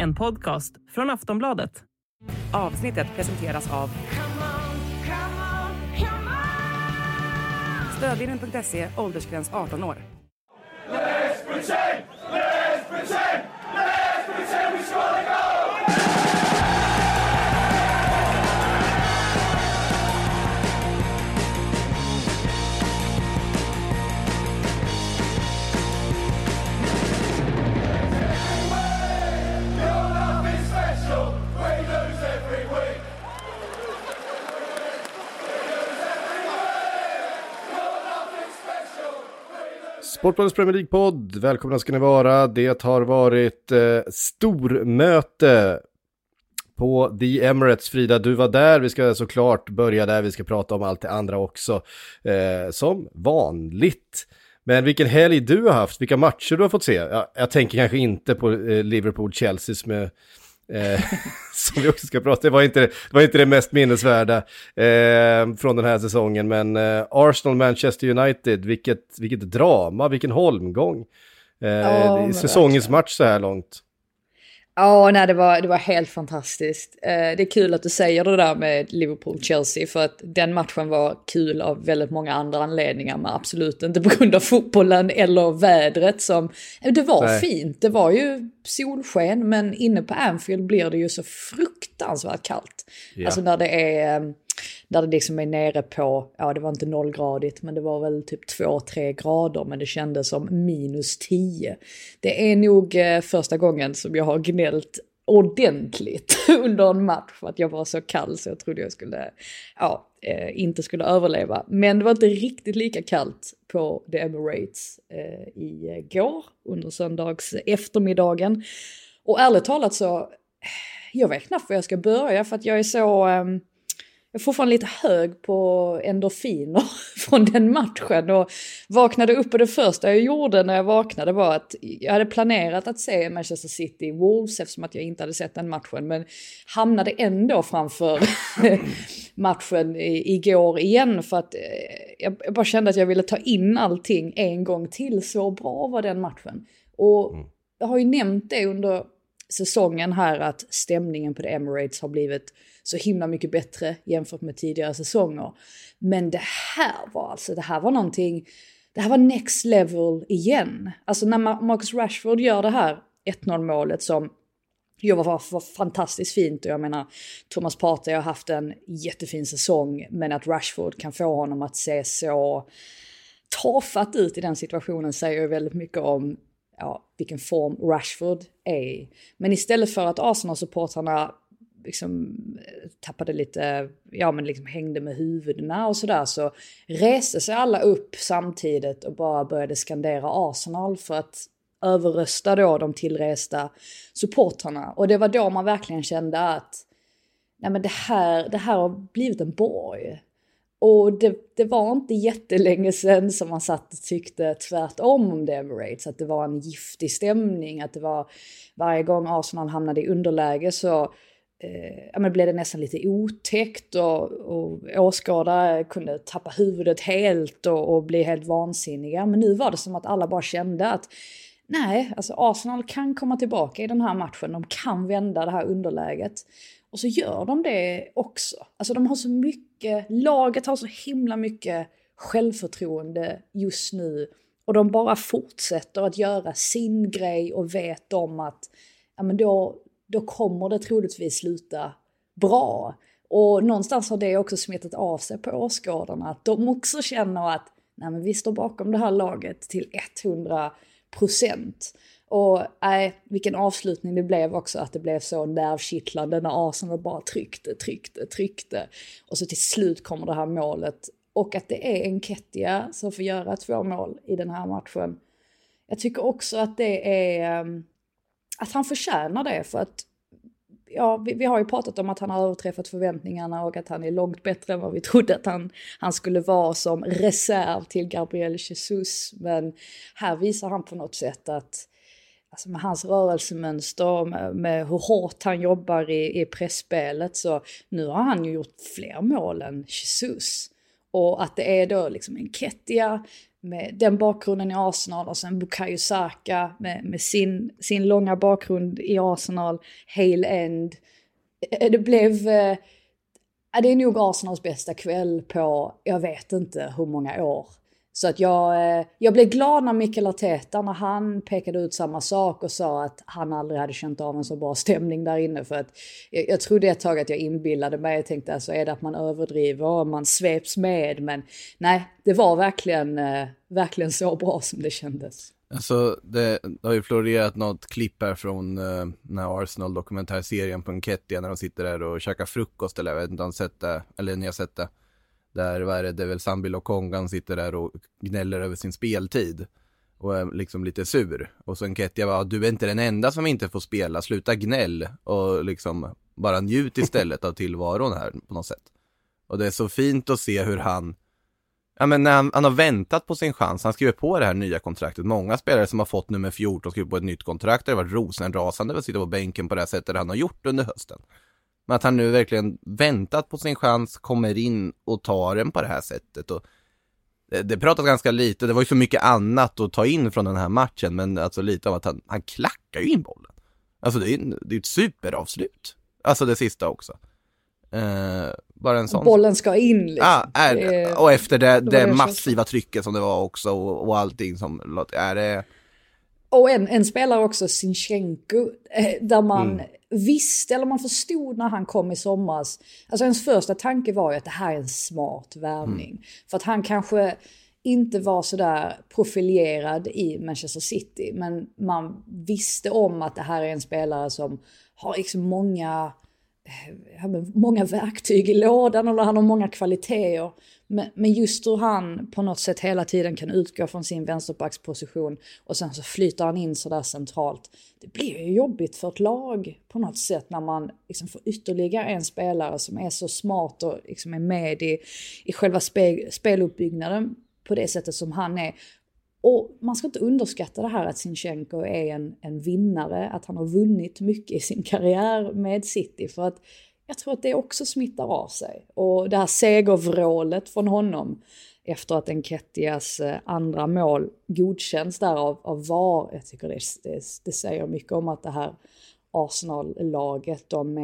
En podcast från Aftonbladet. Avsnittet presenteras av Stödvinnen.se, åldersgräns 18 år. Let's pretend we score the goal! Sportbladets Premier League-podd, välkomna ska ni vara. Det har varit stormöte på The Emirates. Frida, du var där. Vi ska såklart börja där. Vi ska prata om allt det andra också, som vanligt. Men vilken helg du har haft, vilka matcher du har fått se. Jag tänker kanske inte på Liverpool-Chelsea med... som vi också ska prata. Det var inte det mest minnesvärda från den här säsongen, men Arsenal Manchester United, vilket drama, vilken holmgång. Säsongens match så här långt. Ja, nej, det var helt fantastiskt. Det är kul att du säger det där med Liverpool-Chelsea, för att den matchen var kul av väldigt många andra anledningar, men absolut inte på grund av fotbollen eller vädret som... Det var fint, det var ju solsken, men inne på Anfield blir det ju så fruktansvärt kallt. Ja. Alltså när det liksom är nere på, ja det var inte 0-gradigt, men det var väl typ 2-3 grader, men det kändes som -10. Det är nog första gången som jag har gnällt ordentligt under en match för att jag var så kall så jag trodde jag skulle, inte skulle överleva. Men det var inte riktigt lika kallt på The Emirates igår under söndags eftermiddagen. Och ärligt talat så, jag vet knappt var jag ska börja för att jag är så... Jag får fan lite hög på endorfiner från den matchen och vaknade upp, och det första jag gjorde när jag vaknade var att jag hade planerat att se Manchester City Wolves eftersom att jag inte hade sett den matchen, men hamnade ändå framför matchen igår igen för att jag bara kände att jag ville ta in allting en gång till, så bra var den matchen. Och jag har ju nämnt det under säsongen här att stämningen på The Emirates har blivit så himla mycket bättre jämfört med tidigare säsonger. Men det här var någonting, det här var next level igen. Alltså när Marcus Rashford gör det här 1-0 målet som var fantastiskt fint, och jag menar Thomas Partey har haft en jättefin säsong, men att Rashford kan få honom att se så tafatt ut i den situationen säger ju väldigt mycket om vilken form Rashford är. Men istället för att Arsenal-supportrarna liksom tappade lite, men liksom hängde med huvudena och sådär, så reste sig alla upp samtidigt och bara började skandera Arsenal för att överrösta då de tillresta supportrarna. Och det var då man verkligen kände att nej, men det här har blivit en borg. Och det var inte jättelänge sedan som man satt och tyckte tvärtom om The Emirates, att det var en giftig stämning, att det var varje gång Arsenal hamnade i underläge så blev det nästan lite otäckt och åskådare kunde tappa huvudet helt och bli helt vansinniga. Men nu var det som att alla bara kände att nej, alltså Arsenal kan komma tillbaka i den här matchen, de kan vända det här underläget. Och så gör de det också. Alltså de har så mycket, laget har så himla mycket självförtroende just nu. Och de bara fortsätter att göra sin grej och vet om att då kommer det troligtvis sluta bra. Och någonstans har det också smittat av sig på åskådarna. Att de också känner att nej, men vi står bakom det här laget till 100%. Och vilken avslutning det blev också, att det blev så nervkittlande när Arsenal bara tryckte. Och så till slut kommer det här målet. Och att det är Nketiah som får göra 2 mål i den här matchen. Jag tycker också att det är... att han förtjänar det, för att vi har ju pratat om att han har överträffat förväntningarna och att han är långt bättre än vad vi trodde att han skulle vara som reserv till Gabriel Jesus. Men här visar han på något sätt att alltså med hans rörelsemönster, med hur hårt han jobbar i pressspelet, så nu har han ju gjort fler mål än Jesus. Och att det är då liksom en Nketiah med den bakgrunden i Arsenal och sen Bukayo Saka med sin långa bakgrund i Arsenal, Hale End. Det blev... det är nog Arsenals bästa kväll på, jag vet inte hur många år. Så att jag blev glad när Mikel Arteta, när han pekade ut samma sak och sa att han aldrig hade känt av en så bra stämning där inne. För att jag trodde ett tag att jag inbillade mig. Jag tänkte alltså, är det att man överdriver och man sveps med? Men nej, det var verkligen så bra som det kändes. Alltså det har ju florerat något klipp här från den här Arsenal-dokumentärserien på Nketiah när de sitter där och käkar frukost, eller jag vet inte om sett det, eller ni har sett det. Där det är väl Sambi Lokongan sitter där och gnäller över sin speltid och är liksom lite sur. Och så Nketiah bara, du är inte den enda som inte får spela, sluta gnäll och liksom bara njut istället av tillvaron här på något sätt. Och det är så fint att se hur han när han har väntat på sin chans. Han skriver på det här nya kontraktet. Många spelare som har fått nummer 14 skriver på ett nytt kontrakt. Det har varit rosenrasande att sitta på bänken på det här sättet han har gjort under hösten. Men att han nu verkligen väntat på sin chans, kommer in och tar den på det här sättet. Och det pratas ganska lite. Det var ju så mycket annat att ta in från den här matchen. Men alltså lite av att han klackar ju in bollen. Alltså det är ett superavslut. Alltså det sista också. Bara en sån. Bollen ska in liksom. Och efter det massiva trycket som det var också och allting som är det. Och en spelare också, Zinchenko, där man visste, eller man förstod när han kom i somras. Alltså ens första tanke var ju att det här är en smart värvning. För att han kanske inte var så där profilerad i Manchester City. Men man visste om att det här är en spelare som har liksom många verktyg i lådan, eller han har många kvaliteter. Men just hur han på något sätt hela tiden kan utgå från sin vänsterbacksposition och sen så flyttar han in så där centralt. Det blir ju jobbigt för ett lag på något sätt när man liksom får ytterligare en spelare som är så smart och liksom är med i själva speluppbyggnaden på det sättet som han är. Och man ska inte underskatta det här att Zinchenko är en vinnare, att han har vunnit mycket i sin karriär med City, för att jag tror att det också smittar av sig. Och det här segervrålet från honom efter att Nketiahs andra mål godkänns där av VAR, jag tycker det säger mycket om att det här Arsenal-laget, de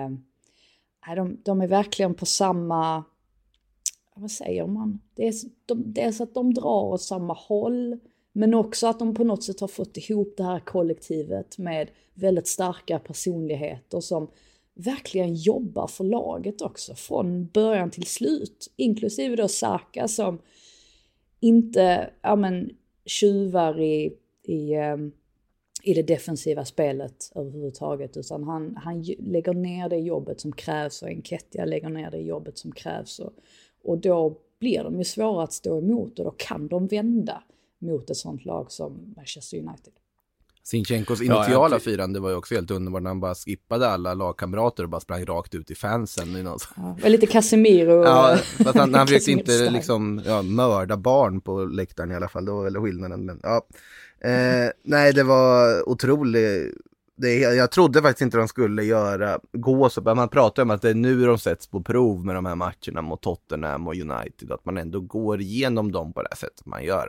är verkligen på samma... Vad säger man? Det är så att de drar åt samma håll, men också att de på något sätt har fått ihop det här kollektivet med väldigt starka personligheter som verkligen jobbar för laget också från början till slut, inklusive då Saka som inte tjuvar i det defensiva spelet överhuvudtaget, utan han lägger ner det jobbet som krävs, och Nketiah lägger ner det jobbet som krävs, och då blir de ju svåra att stå emot, och då kan de vända mot ett sånt lag som Manchester United. Sinchenkos initiala firande var ju också helt underbart när han bara skippade alla lagkamrater och bara sprang rakt ut i fansen. Det var lite Casemiro. Ja, fast han försökte inte liksom, mörda barn på läktaren i alla fall. Det var väl skillnaden. Men, nej, det var otroligt. Jag trodde faktiskt inte de skulle gå så. Man pratar om att det är nu de sätts på prov med de här matcherna mot Tottenham och United. Att man ändå går igenom dem på det här sättet man gör.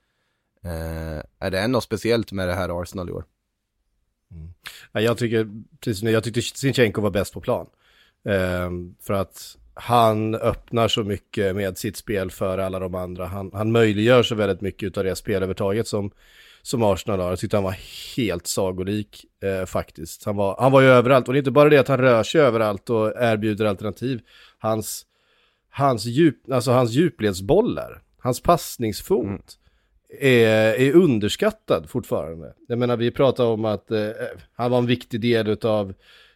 Är det något speciellt med det här Arsenal i år? Jag tyckte Zinchenko var bäst på plan. För att han öppnar så mycket med sitt spel för alla de andra. Han möjliggör så väldigt mycket av det spelövertaget som Arsenal har. Jag tyckte han var helt sagolik faktiskt. Han var ju överallt. Och det är inte bara det att han rör sig överallt och erbjuder alternativ. Hans djupledsbollar, hans passningsfot är underskattad fortfarande. Jag menar, vi pratar om att han var en viktig del av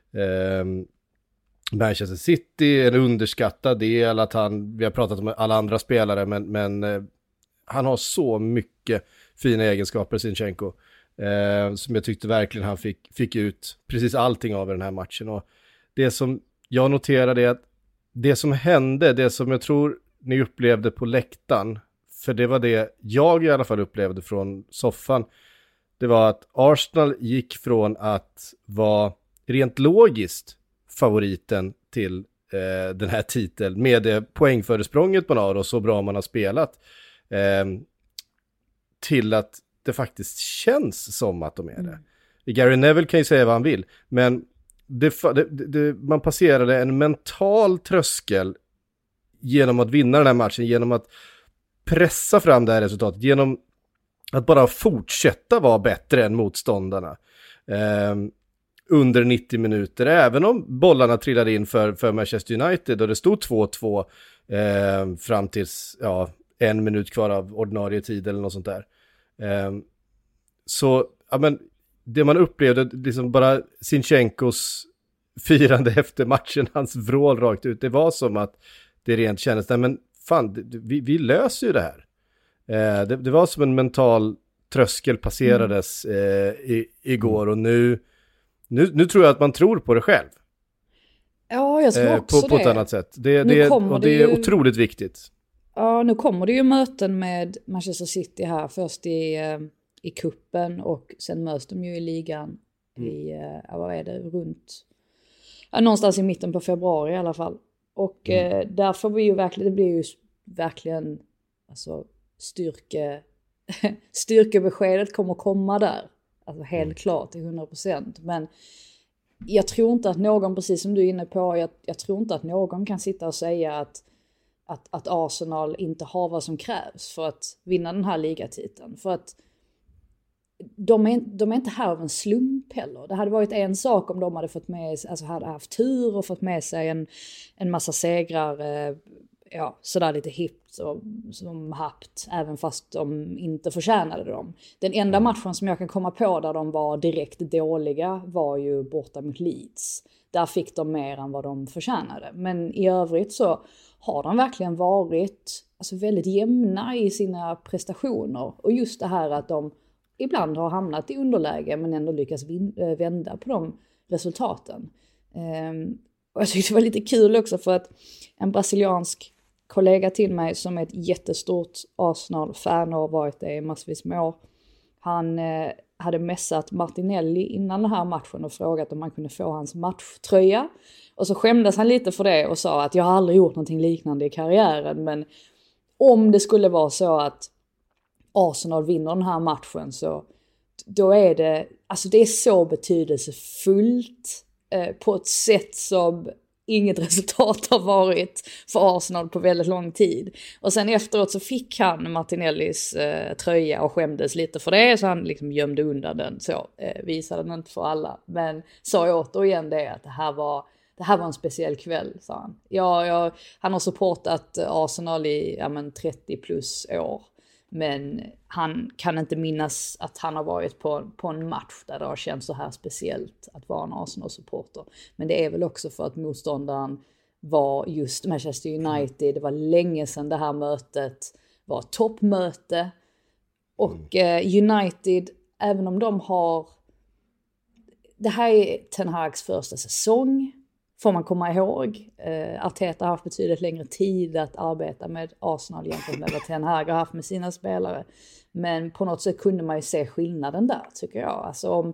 Manchester City, en underskattad del, att vi har pratat om alla andra spelare, men han har så mycket fina egenskaper, Zinchenko, som jag tyckte verkligen han fick ut precis allting av i den här matchen. Och det som jag noterade är att det som hände, det som jag tror ni upplevde på läktaren, för det var det jag i alla fall upplevde från soffan, det var att Arsenal gick från att vara rent logiskt favoriten till den här titeln med det poängföresprånget man har och så bra man har spelat till att det faktiskt känns som att de är det. Gary Neville kan ju säga vad han vill, men man passerade en mental tröskel genom att vinna den här matchen, genom att pressa fram det här resultatet, genom att bara fortsätta vara bättre än motståndarna under 90 minuter, även om bollarna trillade in för Manchester United och det stod 2-2 fram tills 1 minut kvar av ordinarie tid eller något sånt där. Så ja, men det man upplevde, liksom bara Sinchenkos firande efter matchen, hans vrål rakt ut, det var som att det rent kändes, nej men fan, vi löser ju det här. Det var som en mental tröskel passerades igår, och nu tror jag att man tror på det själv. Ja, jag tror också på ett annat sätt. Det är otroligt viktigt. Ja, nu kommer det ju möten med Manchester City här, först i kuppen och sen möts de ju i ligan vad är det, runt någonstans i mitten på februari i alla fall. Och där får vi ju verkligen, det blir ju verkligen alltså styrkebeskedet kommer komma där. Alltså helt klart till 100%. Men jag tror inte att någon, precis som du är inne på, jag tror inte att någon kan sitta och säga att Arsenal inte har vad som krävs för att vinna den här ligatiteln. För att de är inte här av en slump heller. Det hade varit en sak om de hade fått med, alltså hade haft tur och fått med sig en massa segrar, sådär lite hippt som haft, även fast de inte förtjänade dem. Den enda matchen som jag kan komma på där de var direkt dåliga var ju borta mot Leeds. Där fick de mer än vad de förtjänade. Men i övrigt så har de verkligen varit alltså väldigt jämna i sina prestationer. Och just det här att de ibland har hamnat i underläge men ändå lyckas vända på de resultaten. Och jag tyckte det var lite kul också för att en brasiliansk kollega till mig som är ett jättestort Arsenal-fan och har varit det i massvis med år. Han hade messat Martinelli innan den här matchen och frågat om han kunde få hans matchtröja. Och så skämdes han lite för det och sa att jag har aldrig gjort någonting liknande i karriären. Men om det skulle vara så att Arsenal vinner den här matchen så då är det, alltså det är så betydelsefullt på ett sätt som inget resultat har varit för Arsenal på väldigt lång tid. Och sen efteråt så fick han Martinellis tröja och skämdes lite för det, så han liksom gömde undan den, så visade den inte för alla. Men sa återigen det att det här var en speciell kväll, sa han. Han har supportat Arsenal i 30 plus år. Men han kan inte minnas att han har varit på en match där det har känts så här speciellt att vara en Arsenal-supporter. Men det är väl också för att motståndaren var just Manchester United. Det var länge sedan det här mötet var ett toppmöte. Och United, även om de har... Det här är Ten Hags första säsong, får man komma ihåg. Arteta har haft betydligt längre tid att arbeta med Arsenal jämfört med vad Ten Hag har haft med sina spelare. Men på något sätt kunde man ju se skillnaden där, tycker jag. Alltså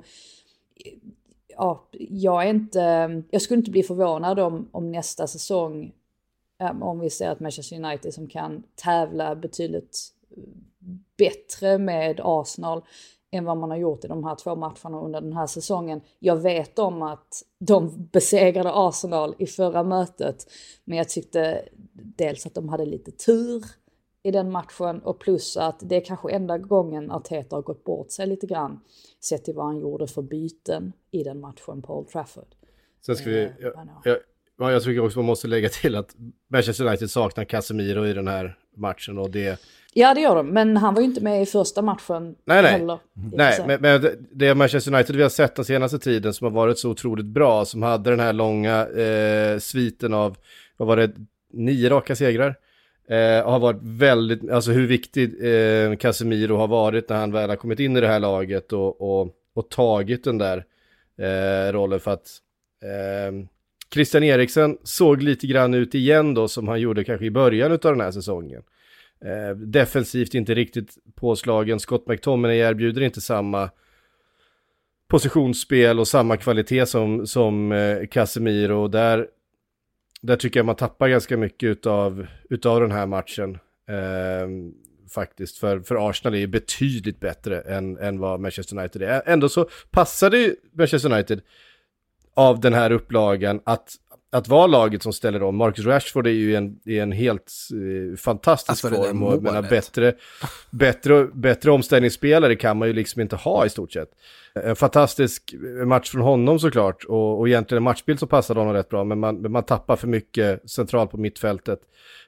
jag skulle inte bli förvånad om nästa säsong, om vi ser att Manchester United som kan tävla betydligt bättre med Arsenal än vad man har gjort i de här 2 matcherna under den här säsongen. Jag vet om att de besegrade Arsenal i förra mötet, men jag tyckte dels att de hade lite tur i den matchen, och plus att det är kanske enda gången Arteta har gått bort sig lite grann sett till vad han gjorde för byten i den matchen på Old Trafford. Sen ska jag tycker också man måste lägga till att Manchester United saknar Casemiro i den här matchen, och det... Ja, det gör de, men han var ju inte med i första matchen heller. Nej, men det Manchester United vi har sett den senaste tiden som har varit så otroligt bra, som hade den här långa sviten av, vad var det, 9 raka segrar, och har varit väldigt, alltså hur viktig Casemiro har varit när han väl har kommit in i det här laget och tagit den där rollen, för att Christian Eriksen såg lite grann ut igen då som han gjorde kanske i början av den här säsongen. Defensivt inte riktigt påslagen. Scott McTominay erbjuder inte samma positionsspel och samma kvalitet som Casemiro. Där där tycker jag man tappar ganska mycket utav den här matchen. Faktiskt, för Arsenal är ju betydligt bättre än vad Manchester United är. Ändå så passade ju Manchester United av den här upplagan att vara laget som ställer om. Marcus Rashford är ju i en helt fantastisk form och bättre omställningsspelare kan man ju liksom inte ha i stort sett. En fantastisk match från honom såklart och egentligen en matchbild som passade honom rätt bra, men man tappar för mycket centralt på mittfältet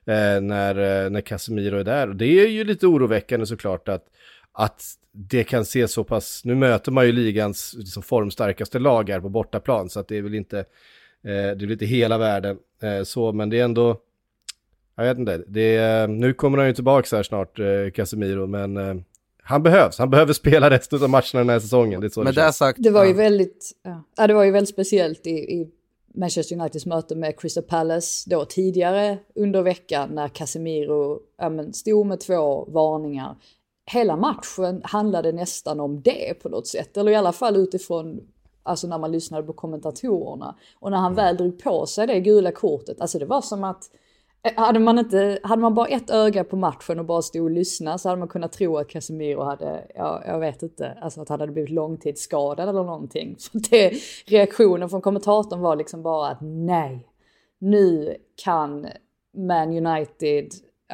när Casemiro är där. Och det är ju lite oroväckande såklart att det kan se så pass, nu möter man ju ligans liksom formstarkaste lag här på bortaplan, så att det är väl inte det är lite hela världen så, men det är ändå, jag vet inte, nu kommer han ju tillbaka här snart, Casemiro, men han behöver spela resten av matcherna den här säsongen. Det är så men det sagt, det var ju väldigt det var ju väldigt speciellt i Manchester Uniteds möte med Crystal Palace då tidigare under veckan när Casemiro stod med 2 varningar. Hela matchen handlade nästan om det på något sätt, eller i alla fall utifrån, alltså när man lyssnade på kommentatorerna. Och när han väl drog på sig det gula kortet, alltså det var som att hade man bara ett öga på matchen och bara stod och lyssnade, så hade man kunnat tro att Casemiro hade, jag vet inte, alltså att han hade blivit långtidsskadad eller någonting. Så reaktionen från kommentatorn var liksom bara att nej, nu kan Man United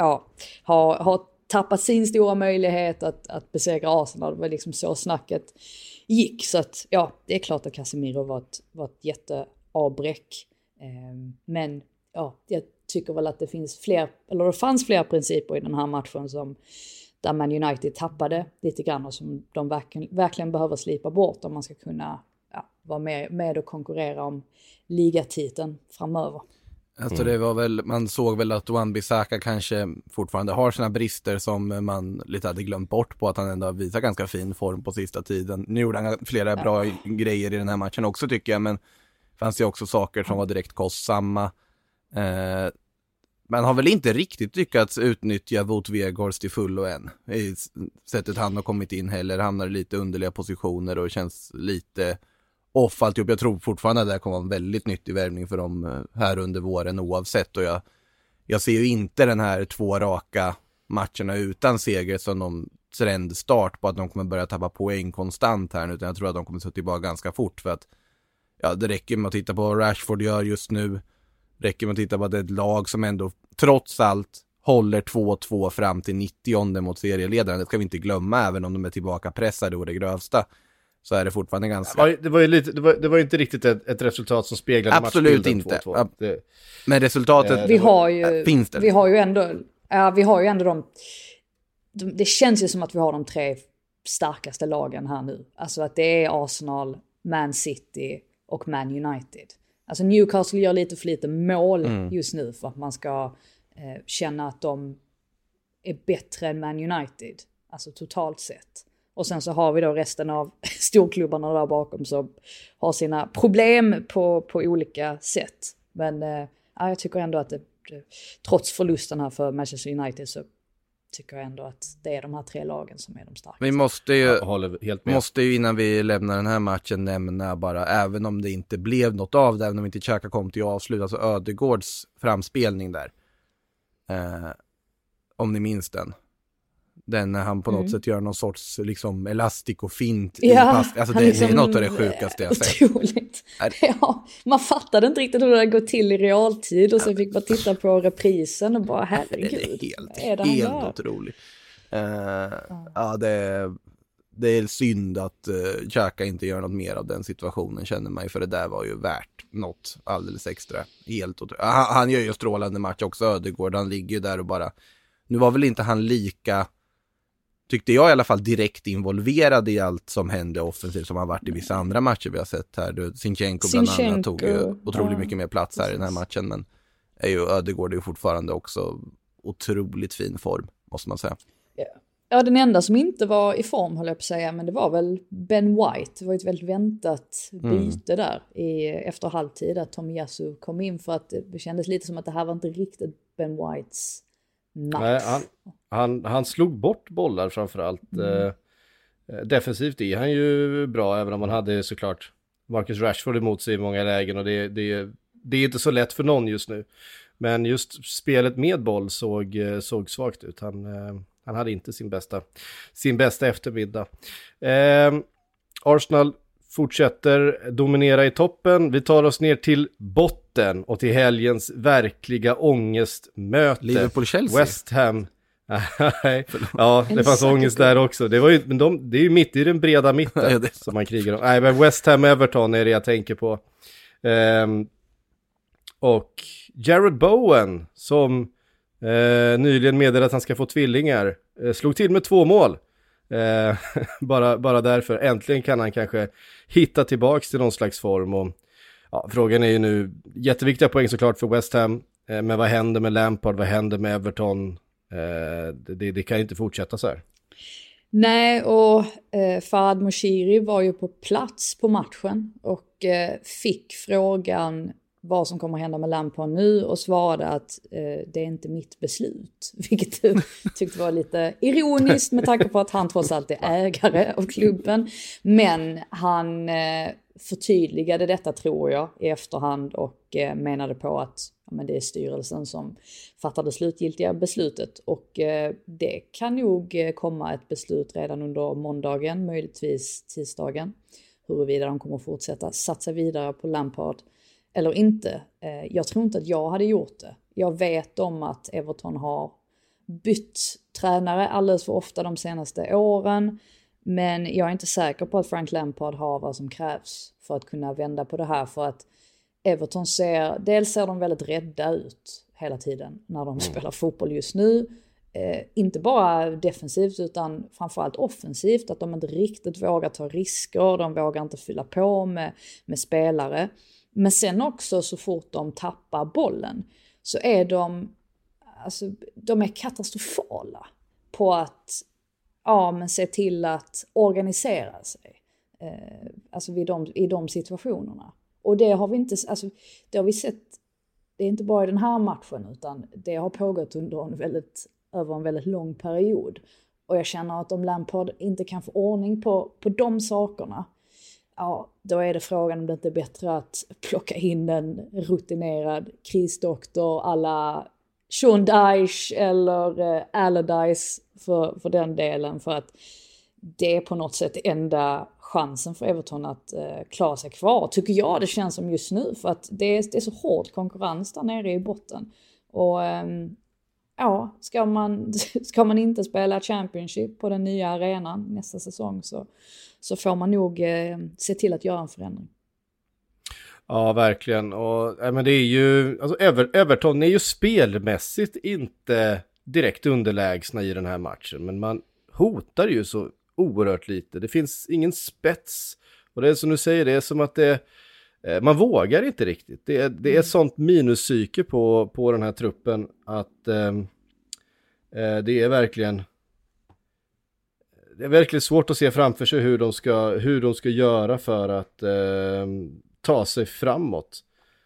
ha tappat sin stora möjlighet att besegra Arsenal. Det var liksom så snacket gick. Så att det är klart att Casemiro var ett jätteavbräck. Men jag tycker väl att det fanns fler principer i den här matchen där Man United tappade lite grann och som de verkligen behöver slipa bort om man ska kunna vara med och konkurrera om ligatiteln framöver. Alltså det var väl, man såg väl att Wan-Bissaka kanske fortfarande har sina brister som man lite hade glömt bort på, att han ändå visar ganska fin form på sista tiden. Nu gjorde han flera bra grejer i den här matchen också tycker jag, men fanns ju också saker som var direkt kostsamma. Man har väl inte riktigt lyckats utnyttja Wout Weghorst till fullo än. I sättet han har kommit in heller, hamnar i lite underliga positioner och känns lite off alltihop. Jag tror fortfarande att det här kommer vara en väldigt nyttig värvning för dem här under våren oavsett. Och jag ser ju inte den här 2 raka matcherna utan seger som någon trendstart på att de kommer börja tappa poäng konstant här nu, utan jag tror att de kommer att tillbaka ganska fort, för att det räcker med att titta på vad Rashford gör just nu. Räcker med att titta på att det är ett lag som ändå trots allt håller 2-2 fram till 90:e mot serieledaren. Det ska vi inte glömma, även om de är tillbaka pressade och det grövsta. Så är det fortfarande ganska... Det var ju inte riktigt ett resultat som speglade absolut inte. 2-2. Men resultatet finns det. Vi har ju ändå det känns ju som att vi har de 3 starkaste lagen här nu. Alltså att det är Arsenal, Man City och Man United. Alltså Newcastle gör lite för lite mål just nu för att man ska känna att de är bättre än Man United. Alltså totalt sett. Och sen så har vi då resten av storklubbarna där bakom som har sina problem på olika sätt. Men jag tycker ändå att trots förlusten här för Manchester United så tycker jag ändå att det är de här 3 lagen som är de starkaste. Vi måste ju innan vi lämnar den här matchen nämna bara, även om det inte blev något av det, även om inte Xhaka kom till avslut, alltså Ödegårds framspelning där. Om ni minns den. Den när han på något sätt gör någon sorts liksom elastik och fint i pass. Alltså det är något av det sjukaste jag sett. Otroligt. Ja, man fattade inte riktigt hur det går till i realtid och så fick man titta på reprisen och bara herregud. Det är helt otroligt. Det är synd att Xhaka inte gör något mer av den situationen, känner man ju, för det där var ju värt något alldeles extra. Helt otroligt. Han gör ju strålande match också, Ödegård. Han ligger ju där och bara... Nu var väl inte han lika, tyckte jag i alla fall, direkt involverad i allt som hände offensivt som han varit i vissa andra matcher vi har sett här. Zinchenko bland annat tog ju otroligt mycket mer plats här i den här matchen, men Ödegård är ju fortfarande också otroligt fin form, måste man säga. Ja, den enda som inte var i form, håller jag på att säga, men det var väl Ben White. Det var ett väldigt väntat byte där efter halvtid att Tomiyasu kom in, för att det kändes lite som att det här var inte riktigt Ben Whites match. Nej, han slog bort bollar framförallt. Defensivt är han ju bra, även om han hade såklart Marcus Rashford emot sig i många lägen, och det det är inte så lätt för någon just nu. Men just spelet med boll såg svagt ut. Han hade inte sin bästa eftermiddag. Arsenal fortsätter dominera i toppen. Vi tar oss ner till botten och till helgens verkliga ångestmöte. Liverpool-Chelsea. West Ham. Ja, det fanns ångest där också. Det är ju mitt i den breda mitten som man krigar om. Nej, men West Ham-Everton är det jag tänker på. Och Jared Bowen som nyligen meddelade att han ska få tvillingar slog till med 2 mål. Bara därför. Äntligen kan han kanske hitta tillbaks till någon slags form. Och, ja, frågan är ju nu, jätteviktiga poäng såklart för West Ham. Men vad händer med Lampard? Vad händer med Everton? Det kan ju inte fortsätta så här. Nej, och Farhad Moshiri var ju på plats på matchen och fick frågan vad som kommer hända med Lampard nu och svarade att det är inte mitt beslut. Vilket jag tyckte var lite ironiskt med tanke på att han trots allt är ägare av klubben. Men han förtydligade detta, tror jag, i efterhand och menade på att men det är styrelsen som fattar det slutgiltiga beslutet. Och det kan nog komma ett beslut redan under måndagen, möjligtvis tisdagen. Huruvida de kommer fortsätta satsa vidare på Lampard eller inte. Jag tror inte att jag hade gjort det. Jag vet om att Everton har bytt tränare alldeles för ofta de senaste åren. Men jag är inte säker på att Frank Lampard har vad som krävs för att kunna vända på det här. För att Everton ser de väldigt rädda ut hela tiden när de spelar fotboll just nu. Inte bara defensivt utan framförallt offensivt. Att de inte riktigt vågar ta risker. De vågar inte fylla på med spelare. Men sen också så fort de tappar bollen så är de är katastrofala på att se till att organisera sig. I de situationerna. Och det har vi inte, det har vi sett, det är inte bara i den här matchen utan det har pågått över en väldigt lång period. Och jag känner att om Lampard inte kan få ordning på de sakerna, ja, då är det frågan om det inte är bättre att plocka in en rutinerad krisdoktor alla Sean Dyche eller Allardyce för den delen. För att det är på något sätt enda chansen för Everton att klara sig kvar. Tycker jag det känns som just nu. För att det är så hård konkurrens där nere i botten. Och ska man inte spela Championship på den nya arenan nästa säsong så får man nog se till att göra en förändring. Ja, verkligen. Och men det är ju Everton är ju spelmässigt inte direkt underlägsna i den här matchen, men man hotar ju så oerhört lite. Det finns ingen spets. Och det är som du säger, det är som att man vågar inte riktigt. Det är sånt minuspsyke på den här truppen att det är verkligen svårt att se framför sig hur de ska göra för att ta sig framåt.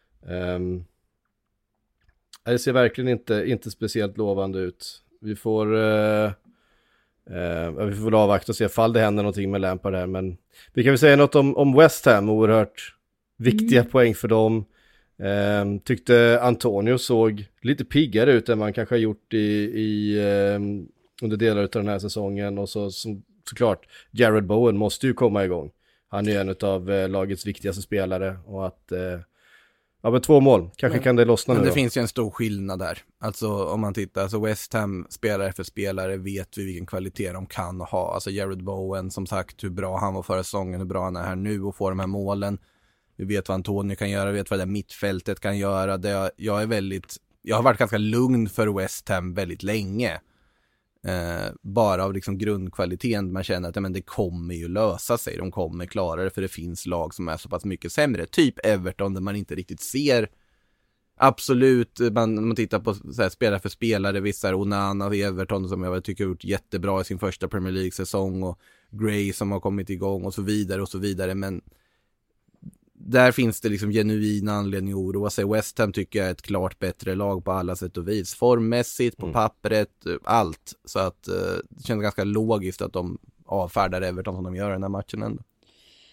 Det ser verkligen inte speciellt lovande ut. Vi får avvakta och se ifall det händer någonting med Lampard där, men vi kan väl säga något om West Ham. Oerhört viktiga poäng för dem. Tyckte Antonio såg lite piggare ut än man kanske har gjort under delar av den här säsongen. Och såklart Jared Bowen måste ju komma igång. Han är en av lagets viktigaste spelare och att med 2 mål kanske kan det lossna nu. Men det finns ju en stor skillnad där. Alltså om man tittar, West Ham spelare för spelare vet vi vilken kvalitet de kan ha. Alltså Jared Bowen, som sagt, hur bra han var förra säsongen, hur bra han är här nu och får de här målen. Vi vet vad Antonio kan göra, vi vet vad det mittfältet kan göra. Jag har varit ganska lugn för West Ham väldigt länge. Bara av liksom grundkvaliteten. Man känner att det kommer ju lösa sig. De kommer klara det, för det finns lag som är så pass mycket sämre. Typ Everton, där man inte riktigt ser. Absolut, man tittar på så här, spelare för spelare. Vissa är Onana i Everton som jag tycker har gjort jättebra i sin första Premier League-säsong. Och Gray som har kommit igång och så vidare och så vidare. Men där finns det liksom genuin anledning att oroa sig. West Ham tycker jag är ett klart bättre lag på alla sätt och vis. Formmässigt, på pappret, allt. Så att det känns ganska logiskt att de avfärdar Everton som de gör i den här matchen ändå.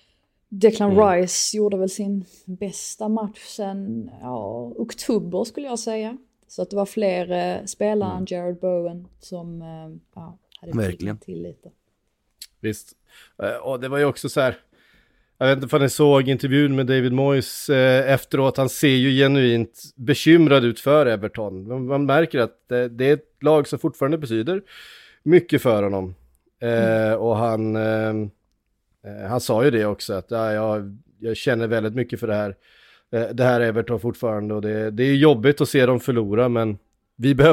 Declan Rice gjorde väl sin bästa match sen oktober skulle jag säga. Så att det var fler spelare än Jared Bowen som hade till lite. Visst. Och det var ju också så här, jag vet inte om ni såg intervjun med David Moyes efteråt. Han ser ju genuint bekymrad ut för Everton. Man märker att det är ett lag som fortfarande betyder mycket för honom. Och han sa ju det också, att jag känner väldigt mycket för det här Everton fortfarande. Och det är jobbigt att se dem förlora, men vi behöver.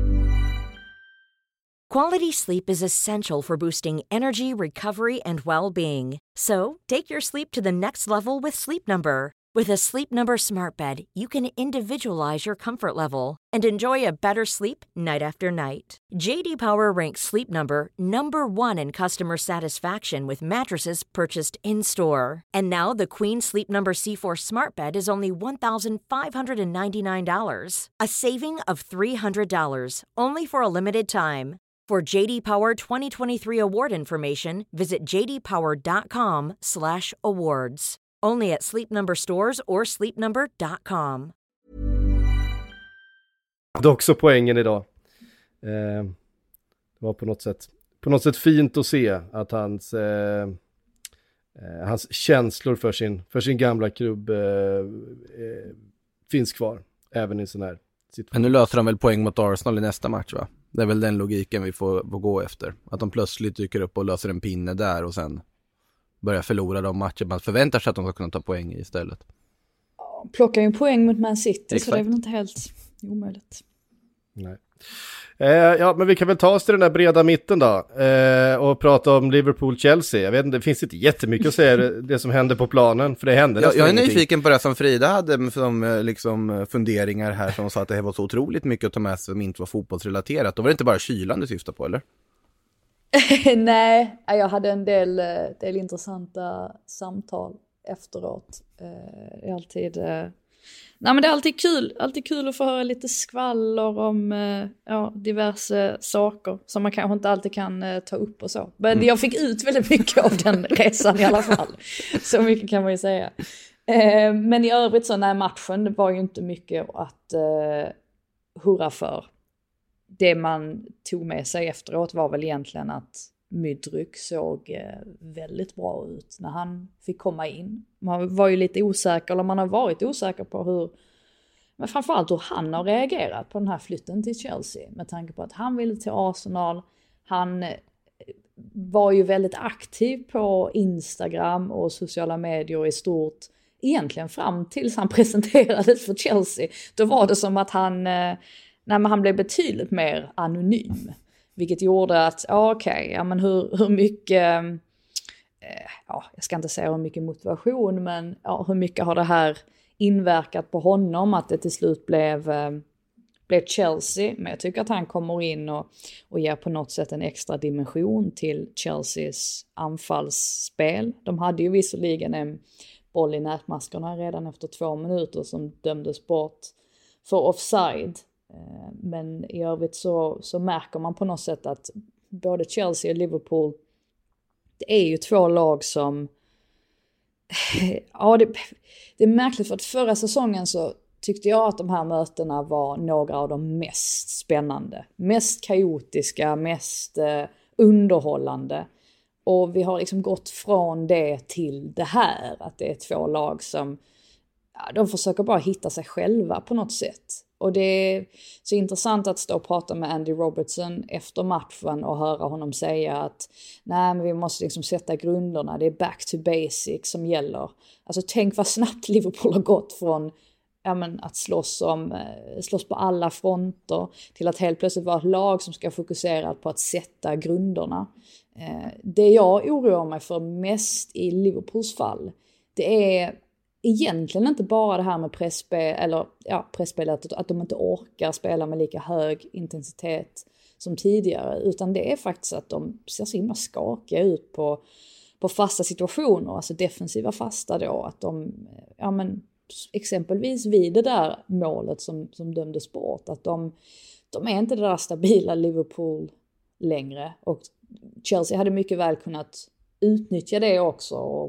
Quality sleep is essential for boosting energy, recovery, and well-being. So, take your sleep to the next level with Sleep Number. With a Sleep Number smart bed, you can individualize your comfort level and enjoy a better sleep night after night. JD Power ranks Sleep Number #1 in customer satisfaction with mattresses purchased in-store. And now the Queen Sleep Number C4 smart bed is only $1,599. A saving of $300, only for a limited time. For JD Power 2023 award information, visit jdpower.com/awards. Only at Sleep Number stores or sleepnumber.com. Det är också poängen idag. Det var på något sätt fint att se att hans känslor för sin gamla klubb finns kvar även i sån här situation. Men nu löser de väl poäng mot Arsenal i nästa match, va? Det är väl den logiken vi får gå efter. Att de plötsligt dyker upp och löser en pinne där och sen börjar förlora de matcher man förväntar sig att de ska kunna ta poäng i istället. Plockar ju en poäng mot Man City. Exakt. Så det är väl inte helt omöjligt. Nej. Men vi kan väl ta oss till den där breda mitten då och prata om Liverpool-Chelsea. Jag vet inte, det finns inte jättemycket att säga det som händer på planen, för det händer nästan jag är ingenting. nyfiken på det som Frida hade som liksom funderingar här, som sa att det var så otroligt mycket att ta med sig som inte var fotbollsrelaterat. Då var det inte bara kylan du syftade på, eller? Nej, jag hade en del intressanta samtal efteråt. Det är alltid... Nej, men det är alltid kul att få höra lite skvaller om diverse saker som man kanske inte alltid kan ta upp och så. Men jag fick ut väldigt mycket av den resan i alla fall. Så mycket kan man ju säga. Men i övrigt så, när matchen var ju inte mycket att hurra för. Det man tog med sig efteråt var väl egentligen att Mudryk såg väldigt bra ut när han fick komma in. Man var ju lite osäker, eller man har varit osäker på men framförallt hur han har reagerat på den här flytten till Chelsea. Med tanke på att han ville till Arsenal. Han var ju väldigt aktiv på Instagram och sociala medier i stort. Egentligen fram tills han presenterades för Chelsea. Då var det som att han blev betydligt mer anonym. Vilket gjorde att, men hur mycket, jag ska inte säga hur mycket motivation, men hur mycket har det här inverkat på honom att det till slut blev Chelsea. Men jag tycker att han kommer in och ger på något sätt en extra dimension till Chelseas anfallsspel. De hade ju visserligen en boll i nätmaskerna redan efter 2 minuter som dömdes bort för offside. Men i övrigt så märker man på något sätt att både Chelsea och Liverpool, det är ju 2 lag som det är märkligt, för att förra säsongen så tyckte jag att de här mötena var några av de mest spännande, mest kaotiska, mest underhållande, och vi har liksom gått från det till det här, att det är 2 lag som de försöker bara hitta sig själva på något sätt. Och det är så intressant att stå och prata med Andy Robertson efter matchen och höra honom säga att nej, men vi måste liksom sätta grunderna, det är back to basic som gäller. Alltså tänk vad snabbt Liverpool har gått från att slåss på alla fronter till att helt plötsligt vara ett lag som ska fokusera på att sätta grunderna. Det jag oroar mig för mest i Liverpools fall, det är egentligen inte bara det här med pressspelet, att de inte orkar spela med lika hög intensitet som tidigare, utan det är faktiskt att de ser så himla skakiga ut på fasta situationer, alltså defensiva fasta då, att de exempelvis vid det där målet som dömdes bort, att de är inte det där stabila Liverpool längre, och Chelsea hade mycket väl kunnat utnyttja det också och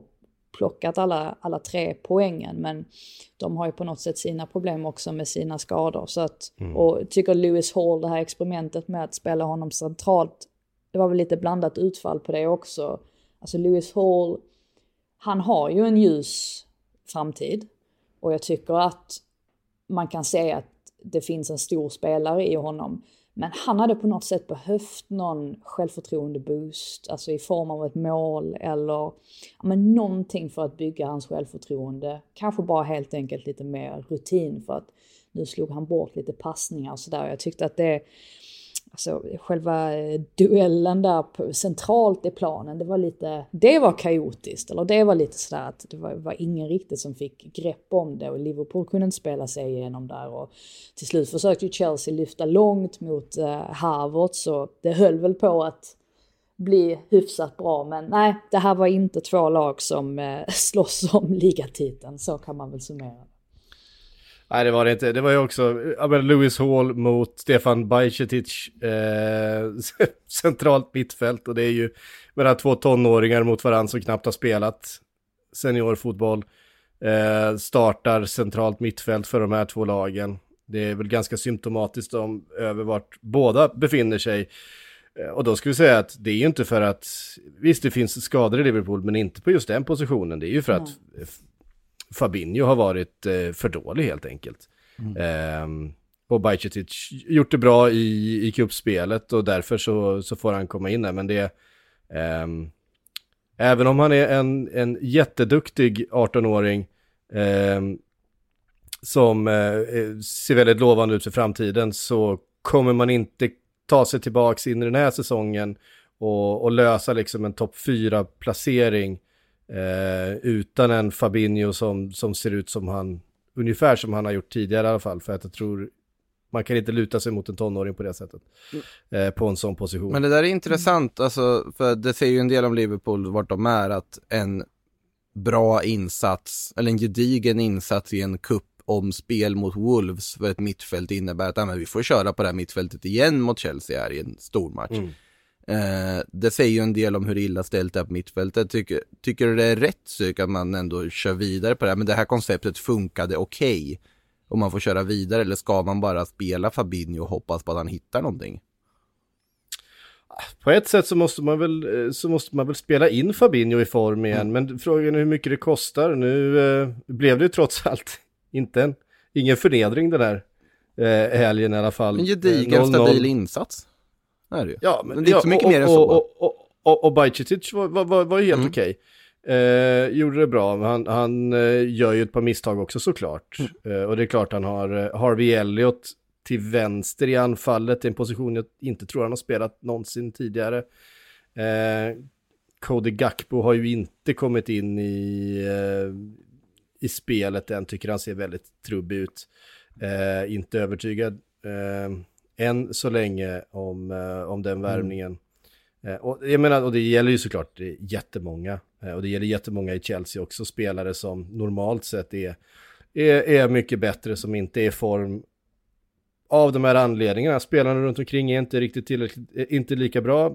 plockat alla 3 poängen, men de har ju på något sätt sina problem också med sina skador. Så att, och tycker Lewis Hall, det här experimentet med att spela honom centralt, det var väl lite blandat utfall på det också. Alltså Lewis Hall, han har ju en ljus framtid, och jag tycker att man kan se att det finns en stor spelare i honom. Men han hade på något sätt behövt någon självförtroende boost, alltså i form av ett mål eller någonting för att bygga hans självförtroende. Kanske bara helt enkelt lite mer rutin, för att nu slog han bort lite passningar och sådär. Jag tyckte att alltså själva duellen där centralt i planen, det var kaotiskt, eller det var lite sådär att det var ingen riktigt som fick grepp om det, och Liverpool kunde inte spela sig igenom där, och till slut försökte Chelsea lyfta långt mot Harvard, så det höll väl på att bli hyfsat bra, men nej, det här var inte 2 lag som slåss om ligatiteln, så kan man väl summera. Nej, det var det inte. Det var ju också Lewis Hall mot Stefan Bajcetic, centralt mittfält, och det är ju mellan 2 tonåringar mot varandra som knappt har spelat seniorfotboll. Startar centralt mittfält för de här 2 lagen. Det är väl ganska symptomatiskt över vart båda befinner sig. Och då skulle vi säga att det är ju inte för att, visst det finns skador i Liverpool, men inte på just den positionen. Det är ju för att Fabinho har varit för dålig helt enkelt. Och Bajcetic gjort det bra i cupspelet, och därför så får han komma in där. Men det även om han är en jätteduktig 18-åring som ser väldigt lovande ut för framtiden, så kommer man inte ta sig tillbaks in i den här säsongen och lösa liksom en topp 4-placering utan en Fabinho som ser ut som han, ungefär som han har gjort tidigare i alla fall, för att jag tror man kan inte luta sig mot en tonåring på det sättet på en sån position. Men det där är intressant, alltså, för det säger ju en del om Liverpool vart de är, att en bra insats eller en gedigen insats i en cup om spel mot Wolves för ett mittfält innebär att vi får köra på det här mittfältet igen mot Chelsea här i en stor match. Det säger ju en del om hur illa ställt det är på mittfältet. Tycker du det är rätt sök att man ändå kör vidare på det här? Men det här konceptet funkade okej. Och man får köra vidare, eller ska man bara spela Fabinho och hoppas på att han hittar någonting? På ett sätt så måste man väl spela in Fabinho i form igen. Men frågan är hur mycket det kostar. Nu blev det ju trots allt ingen förnedring den här helgen i alla fall. En gedigen, stabil insats. Är det ju. Ja, men det är inte så mycket mer än så. Och Bajcetic var helt okej. Gjorde det bra, men han gör ju ett par misstag också såklart. Och det är klart han har Harvey Elliott till vänster i anfallet, i en position jag inte tror han har spelat någonsin tidigare. Cody Gakpo har ju inte kommit in i spelet än, tycker han ser väldigt trubbig ut. Inte övertygad än så länge om den värvningen. Och jag menar, och det gäller ju såklart jättemånga, och det gäller jättemånga i Chelsea också, spelare som normalt sett är mycket bättre, som inte är i form av de här anledningarna. Spelarna runt omkring är inte riktigt inte lika bra.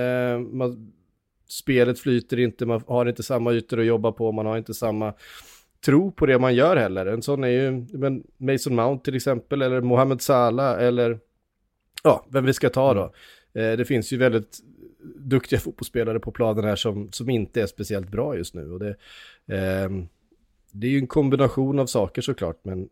Spelet flyter inte, man har inte samma ytor att jobba på, man har inte samma tro på det man gör heller. En sån är ju Mason Mount till exempel, eller Mohamed Salah, eller vem vi ska ta då. Det finns ju väldigt duktiga fotbollsspelare på planen här som inte är speciellt bra just nu, och det är ju en kombination av saker såklart, men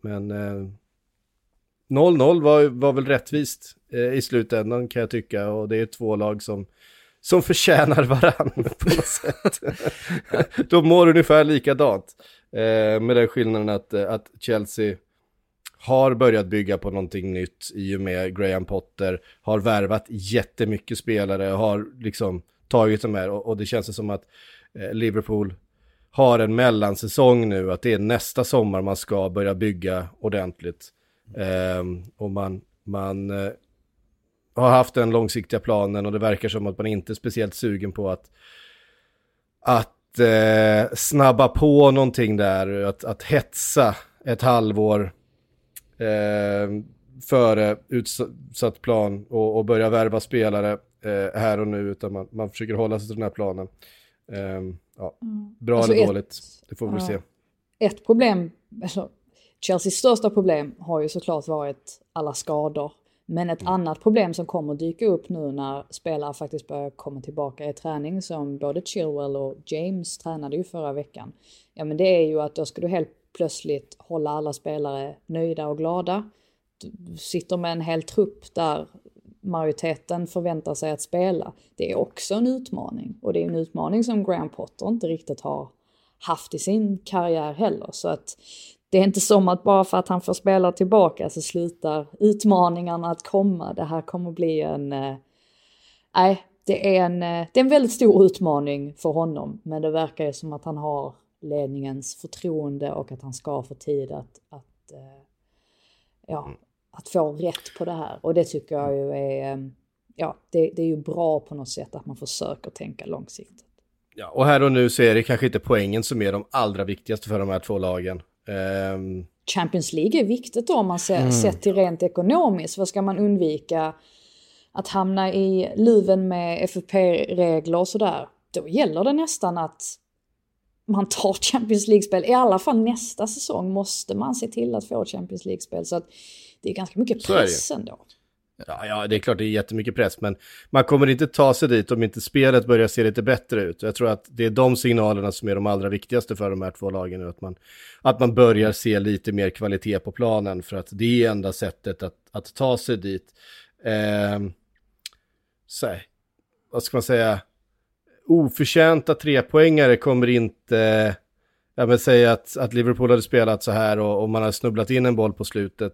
0-0 var väl rättvist i slutändan, kan jag tycka, och det är 2 lag som förtjänar varann på något sätt. De mår ungefär likadant, med den skillnaden att Chelsea har börjat bygga på någonting nytt i och med Graham Potter, har värvat jättemycket spelare, har liksom tagit de här, och det känns som att Liverpool har en mellansäsong nu, att det är nästa sommar man ska börja bygga ordentligt. Och man har haft den långsiktiga planen, och det verkar som att man inte är speciellt sugen på att snabba på någonting där, att hetsa ett halvår före utsatt plan och börja värva spelare här och nu, utan man försöker hålla sig till den här planen. Bra alltså eller dåligt, det får vi se. Ett problem, alltså Chelseas största problem har ju såklart varit alla skador. Men ett annat problem som kommer att dyka upp nu när spelare faktiskt börjar komma tillbaka i träning, som både Chilwell och James tränade ju förra veckan. Ja, men det är ju att då ska du helt plötsligt hålla alla spelare nöjda och glada. Du sitter med en hel trupp där majoriteten förväntar sig att spela. Det är också en utmaning. Och det är en utmaning som Graham Potter inte riktigt har haft i sin karriär heller. Så att det är inte som att bara för att han får spela tillbaka så slutar utmaningarna att komma. Det här kommer bli det är en väldigt stor utmaning för honom. Men det verkar ju som att han har ledningens förtroende och att han ska få tid att få rätt på det här. Och det tycker jag ju är, det är ju bra på något sätt att man försöker tänka långsiktigt. Ja, och här och nu så är det kanske inte poängen som är de allra viktigaste för de här två lagen. Champions League är viktigt då om man sett till rent ekonomiskt. Vad ska man undvika? Att hamna i luven med FFP-regler och sådär. Då gäller det nästan att man tar Champions League-spel. I alla fall nästa säsong måste man se till att få Champions League-spel. Så att det är ganska mycket press ändå. Ja, det är klart det är jättemycket press, men man kommer inte ta sig dit om inte spelet börjar se lite bättre ut. Jag tror att det är de signalerna som är de allra viktigaste för de här två lagen nu, att man börjar se lite mer kvalitet på planen, för att det är enda sättet att ta sig dit. Vad ska man säga? Oförtjänta 3-poängare kommer inte, jag vill säga att Liverpool hade spelat så här och man har snubblat in en boll på slutet.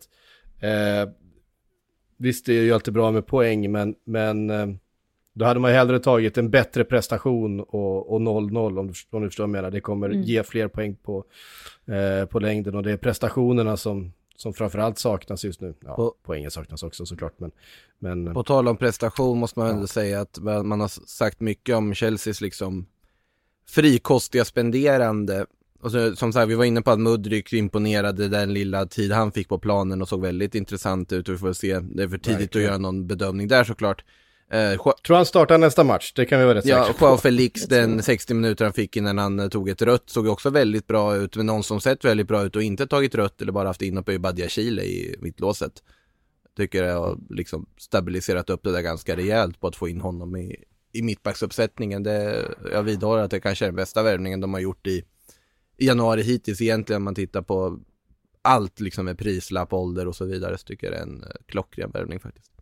Visst, det är ju alltid bra med poäng, men då hade man ju hellre tagit en bättre prestation och 0-0 om du förstår vad jag menar. Det kommer ge fler poäng på längden, och det är prestationerna som framförallt saknas just nu. Ja, poängen saknas också såklart. Men på tal om prestation måste man ändå säga att man har sagt mycket om Chelseas liksom frikostiga spenderande. Och så, som sagt, vi var inne på att Mudryk imponerade den lilla tid han fick på planen och såg väldigt intressant ut, och vi får se, det är för tidigt att göra någon bedömning där såklart. Tror han startar nästa match, det kan vi vara rätt säkra på. Joao Felix, den 60 minuter han fick innan han tog ett rött, såg också väldigt bra ut, men någon som sett väldigt bra ut och inte tagit rött eller bara haft inhopp är Badia Chile i mittlåset. Tycker jag har liksom stabiliserat upp det där ganska rejält på att få in honom i mittbacksuppsättningen. Jag vidhåller att det kanske är den bästa värvningen de har gjort i januari hittills egentligen, om man tittar på allt liksom med prislapp, ålder och så vidare, så tycker jag det är en klockren värvning faktiskt.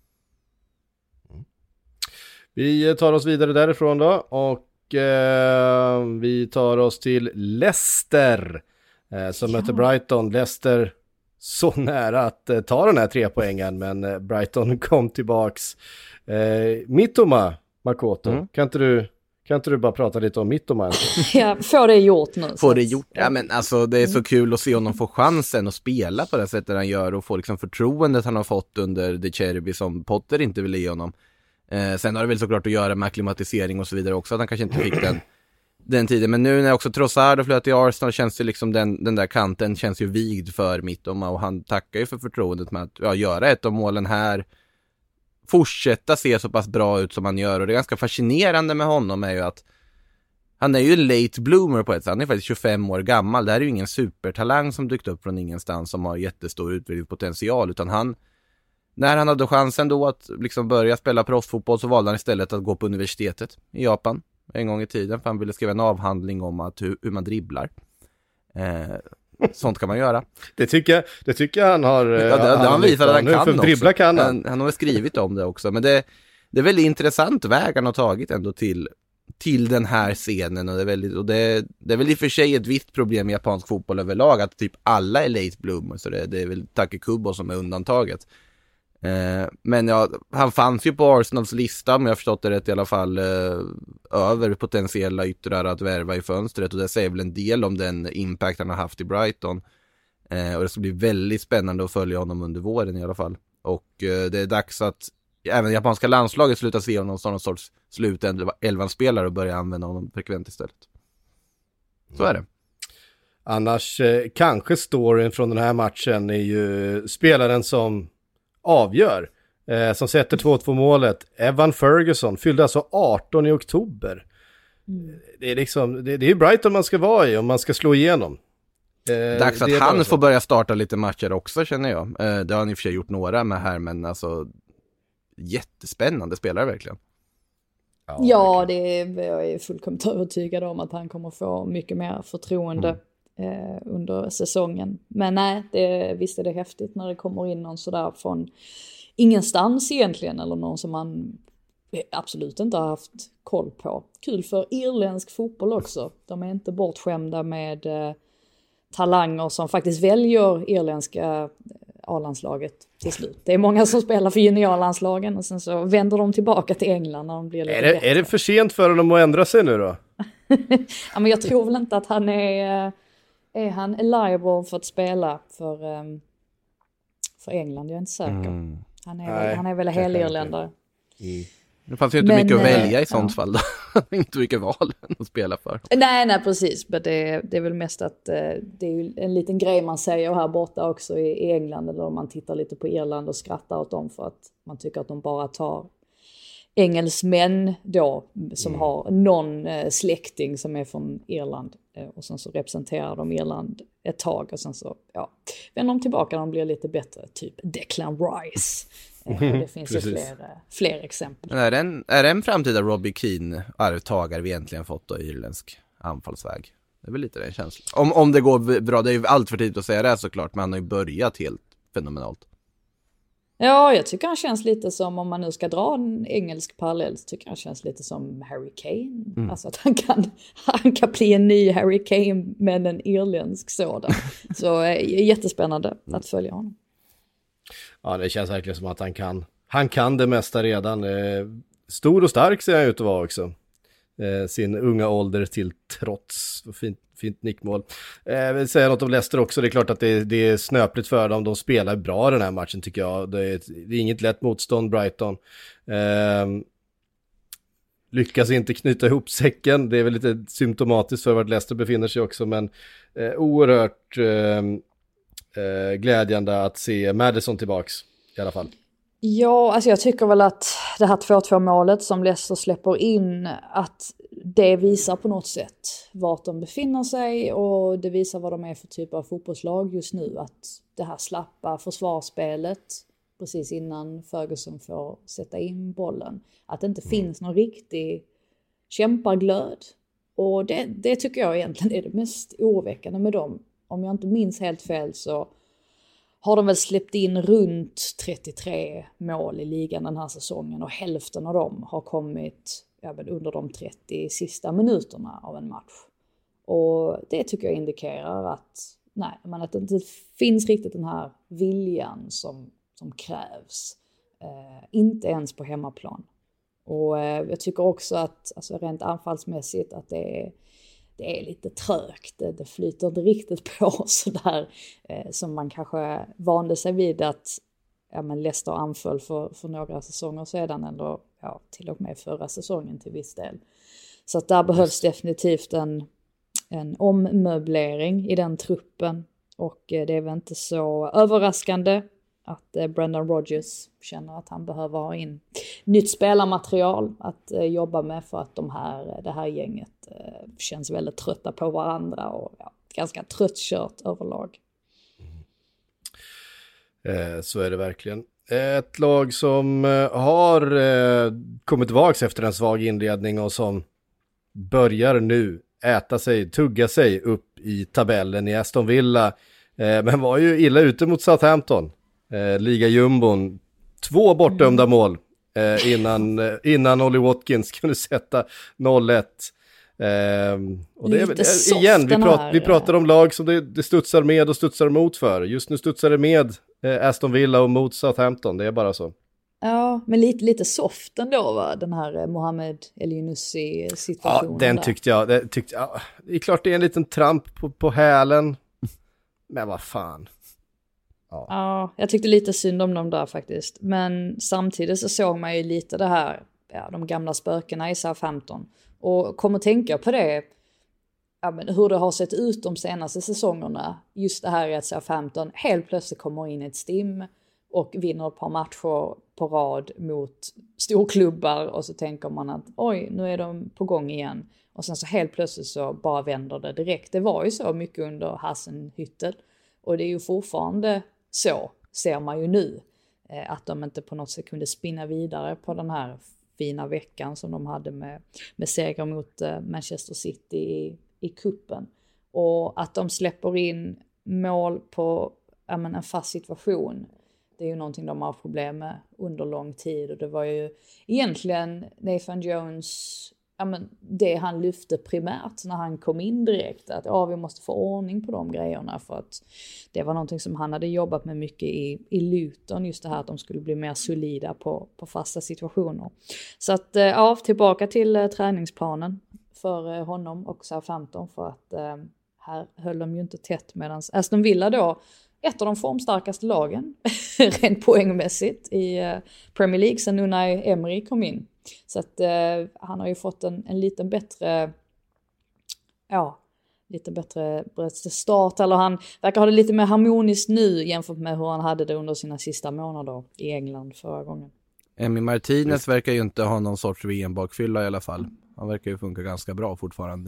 Vi tar oss vidare därifrån då, och vi tar oss till Leicester som möter Brighton. Leicester så nära att ta den här 3-poängen, men Brighton kom tillbaks. Mittoma, Makoto, kan inte du bara prata lite om Mittoma? Ja, får det gjort nu. Får det gjort? Ja, men alltså det är så kul att se honom få chansen att spela på det sättet han gör och få liksom förtroendet han har fått under De Cherby som Potter inte ville ge honom. Sen har det väl såklart att göra med akklimatisering och så vidare också, att han kanske inte fick den tiden. Men nu när också Trossard har flöt i Arsenal känns det liksom den där kanten känns ju vigd för Mittoma, och han tackar ju för förtroendet med att göra ett av målen här, fortsätta se så pass bra ut som han gör. Och det är ganska fascinerande med honom är ju att han är ju en late bloomer på ett sätt. Han är faktiskt 25 år gammal. Det här är ju ingen supertalang som dykt upp från ingenstans som har jättestor utvecklingspotential, utan när han hade chansen då att liksom börja spela proffsfotboll så valde han istället att gå på universitetet i Japan en gång i tiden, för han ville skriva en avhandling om hur man dribblar. Sånt kan man göra. Det tycker jag han har. Ja, det han visar att han kan också. Dribbla kan han. Han har skrivit om det också. Men det är väldigt intressant väg han har tagit ändå till den här scenen. Och det är väl i och för sig ett visst problem i japansk fotboll överlag att typ alla är late bloomers. Så det är väl Takekubo som är undantaget. Men han fanns ju på Arsenals lista, om jag har förstått det rätt i alla fall, över potentiella yttrar att värva i fönstret, och det säger väl en del om den impact han har haft i Brighton, och det ska bli väldigt spännande att följa honom under våren i alla fall, och det är dags att även det japanska landslaget slutar se honom som någon sorts elvan-spelare och börja använda honom frekvent istället. Så är det. Annars kanske storyn från den här matchen är ju spelaren som avgör, som sätter 2-2 målet. Evan Ferguson fyllde alltså 18 i oktober. det är liksom, det är ju Brighton man ska vara i om man ska slå igenom. Dags att han får börja starta lite matcher också, känner jag. Det har han i och för sig gjort några med här, men alltså jättespännande spelare verkligen. Ja, jag är fullkomligt övertygad om att han kommer få mycket mer förtroende under säsongen. Men nej, visst är det häftigt när det kommer in någon sådär från ingenstans egentligen, eller någon som man absolut inte har haft koll på. Kul för irländsk fotboll också. De är inte bortskämda med talanger som faktiskt väljer irländska A-landslaget till slut. Det är många som spelar för juniorlandslagen och sen så vänder de tillbaka till England när de blir lite bättre. Är det för sent för dem att ändra sig nu då? Ja, men jag tror väl inte att han är han eligible för att spela för England, jag är inte säker. Han är väl helirländare. Det fanns ju inte mycket att välja i sånt fall då. Inte mycket val att spela för. Nej, precis. Men det är väl mest att det är ju en liten grej man säger här borta också i England. Eller om man tittar lite på Irland och skrattar åt dem för att man tycker att de bara tar engelsmän då som har någon släkting som är från Irland. Och sen så representerar de Irland ett tag och sen så vänder de tillbaka när de blir lite bättre. Typ Declan Rice. Det finns ju fler exempel. Men är det en framtida Robbie Keane-arvtagare vi egentligen fått då i irländsk anfallsväg? Det är väl lite den känslan. Om det går bra, det är ju allt för tidigt att säga det såklart, men han har ju börjat helt fenomenalt. Ja, jag tycker han känns lite som, om man nu ska dra en engelsk parallell, så tycker han känns lite som Harry Kane. Alltså att han kan bli en ny Harry Kane, men en irländsk sådan. Så jättespännande att följa honom. Ja, det känns verkligen som att han kan det mesta redan. Stor och stark ser han ut att vara också. Sin unga ålder till trots. Fint nickmål. Jag vill säga något om Leicester också. Det är klart att det är snöpligt för dem. De spelar bra den här matchen tycker jag. Det är inget lätt motstånd, Brighton. Lyckas inte knyta ihop säcken. Det är väl lite symptomatiskt för vart Leicester befinner sig också. Men oerhört glädjande att se Maddison tillbaks i alla fall. Ja, alltså jag tycker väl att det här 2-2 målet som Leicester släpper in, att det visar på något sätt vart de befinner sig och det visar vad de är för typ av fotbollslag just nu. Att det här slappa försvarsspelet precis innan Ferguson får sätta in bollen, att det inte finns någon riktig kämparglöd. Och det tycker jag egentligen är det mest oroväckande med dem. Om jag inte minns helt fel så har de väl släppt in runt 33 mål i ligan den här säsongen och hälften av dem har kommit under de 30 sista minuterna av en match. Och det tycker jag indikerar att det inte finns riktigt den här viljan som krävs. Inte ens på hemmaplan. Och jag tycker också att alltså rent anfallsmässigt att det är lite trögt. Det flyter inte riktigt på sådär som man kanske vande sig vid att Leicester anföll för några säsonger sedan eller till och med förra säsongen till viss del. Så att där behövs definitivt en ommöblering i den truppen och det är väl inte så överraskande att Brendan Rodgers känner att han behöver ha in nytt spelarmaterial att jobba med för att det här gänget känns väldigt trötta på varandra och ganska tröttkört överlag. Så är det verkligen. Ett lag som har kommit tillbaka efter en svag inledning och som börjar nu tugga sig upp i tabellen i Aston Villa, men var ju illa ute mot Southampton. Liga-jumbon, 2 bortdömda mål innan Ollie Watkins kunde sätta 0-1. Och det är igen, vi pratar om lag som det studsar med och studsar mot för. Just nu studsar det med Aston Villa och mot Southampton, det är bara så. Ja, men lite soft ändå va, den här Mohamed El-Yunussi-situationen. Ja, den tyckte jag. Det är klart det är en liten tramp på hälen, men vad fan. Ja, jag tyckte lite synd om dem där faktiskt. Men samtidigt så såg man ju lite det här, de gamla spökena i Southampton. Och kom att tänka på det, hur det har sett ut de senaste säsongerna. Just det här är att Southampton helt plötsligt kommer in i ett stim och vinner ett par matcher på rad mot storklubbar. Och så tänker man att oj, nu är de på gång igen. Och sen så helt plötsligt så bara vänder det direkt. Det var ju så mycket under Hasenhüttl. Och det är ju fortfarande så, ser man ju nu. Att de inte på något sätt kunde spinna vidare på den här fina veckan som de hade med seger mot Manchester City i kuppen. Och att de släpper in mål på en fast situation. Det är ju någonting de har problem med under lång tid. Och det var ju egentligen Nathan Jones, det han lyfte primärt när han kom in direkt. Att vi måste få ordning på de grejerna. För att det var någonting som han hade jobbat med mycket i Luton. Just det här att de skulle bli mer solida på fasta situationer. Så att tillbaka till träningsplanen för honom och Southampton. För att här höll de ju inte tätt, medan Aston Villa då, ett av de formstarkaste lagen rent poängmässigt i Premier League sen Unai Emery kom in. Så att han har ju fått en lite bättre start, eller han verkar ha det lite mer harmoniskt nu jämfört med hur han hade det under sina sista månader i England förra gången. Emi Martinez verkar ju inte ha någon sorts VM-bakfylla i alla fall. Han verkar ju funka ganska bra fortfarande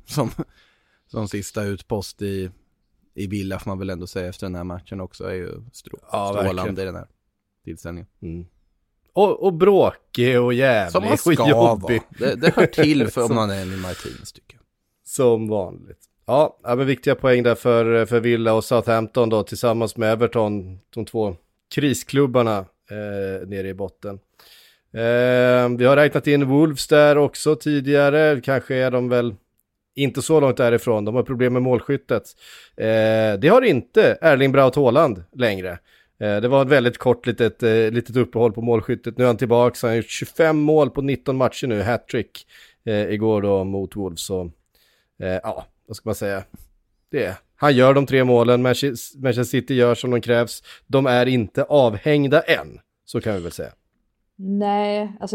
som sista utpost i Villa, får man väl ändå säga, efter den här matchen också. Är ju strålande i den här tillställningen. Mm. Och bråkig och jävlig som man ska och jobbig. Det hör till för om man är Emi Martinez, tycker jag. Som vanligt. Ja, men viktiga poäng där för Villa och Southampton då, tillsammans med Everton, de två krisklubbarna nere i botten. Vi har räknat in Wolves där också tidigare. Kanske är de väl inte så långt därifrån. De har problem med målskyttet. Det har inte Erling Braut Haaland längre. Det var ett väldigt kort litet uppehåll på målskyttet. Nu är han tillbaka. Han har gjort 25 mål på 19 matcher nu. Hattrick igår då mot Wolves. Så vad ska man säga? Han gör de 3 målen. Manchester City gör som de krävs. De är inte avhängda än. Så kan vi väl säga. Nej, alltså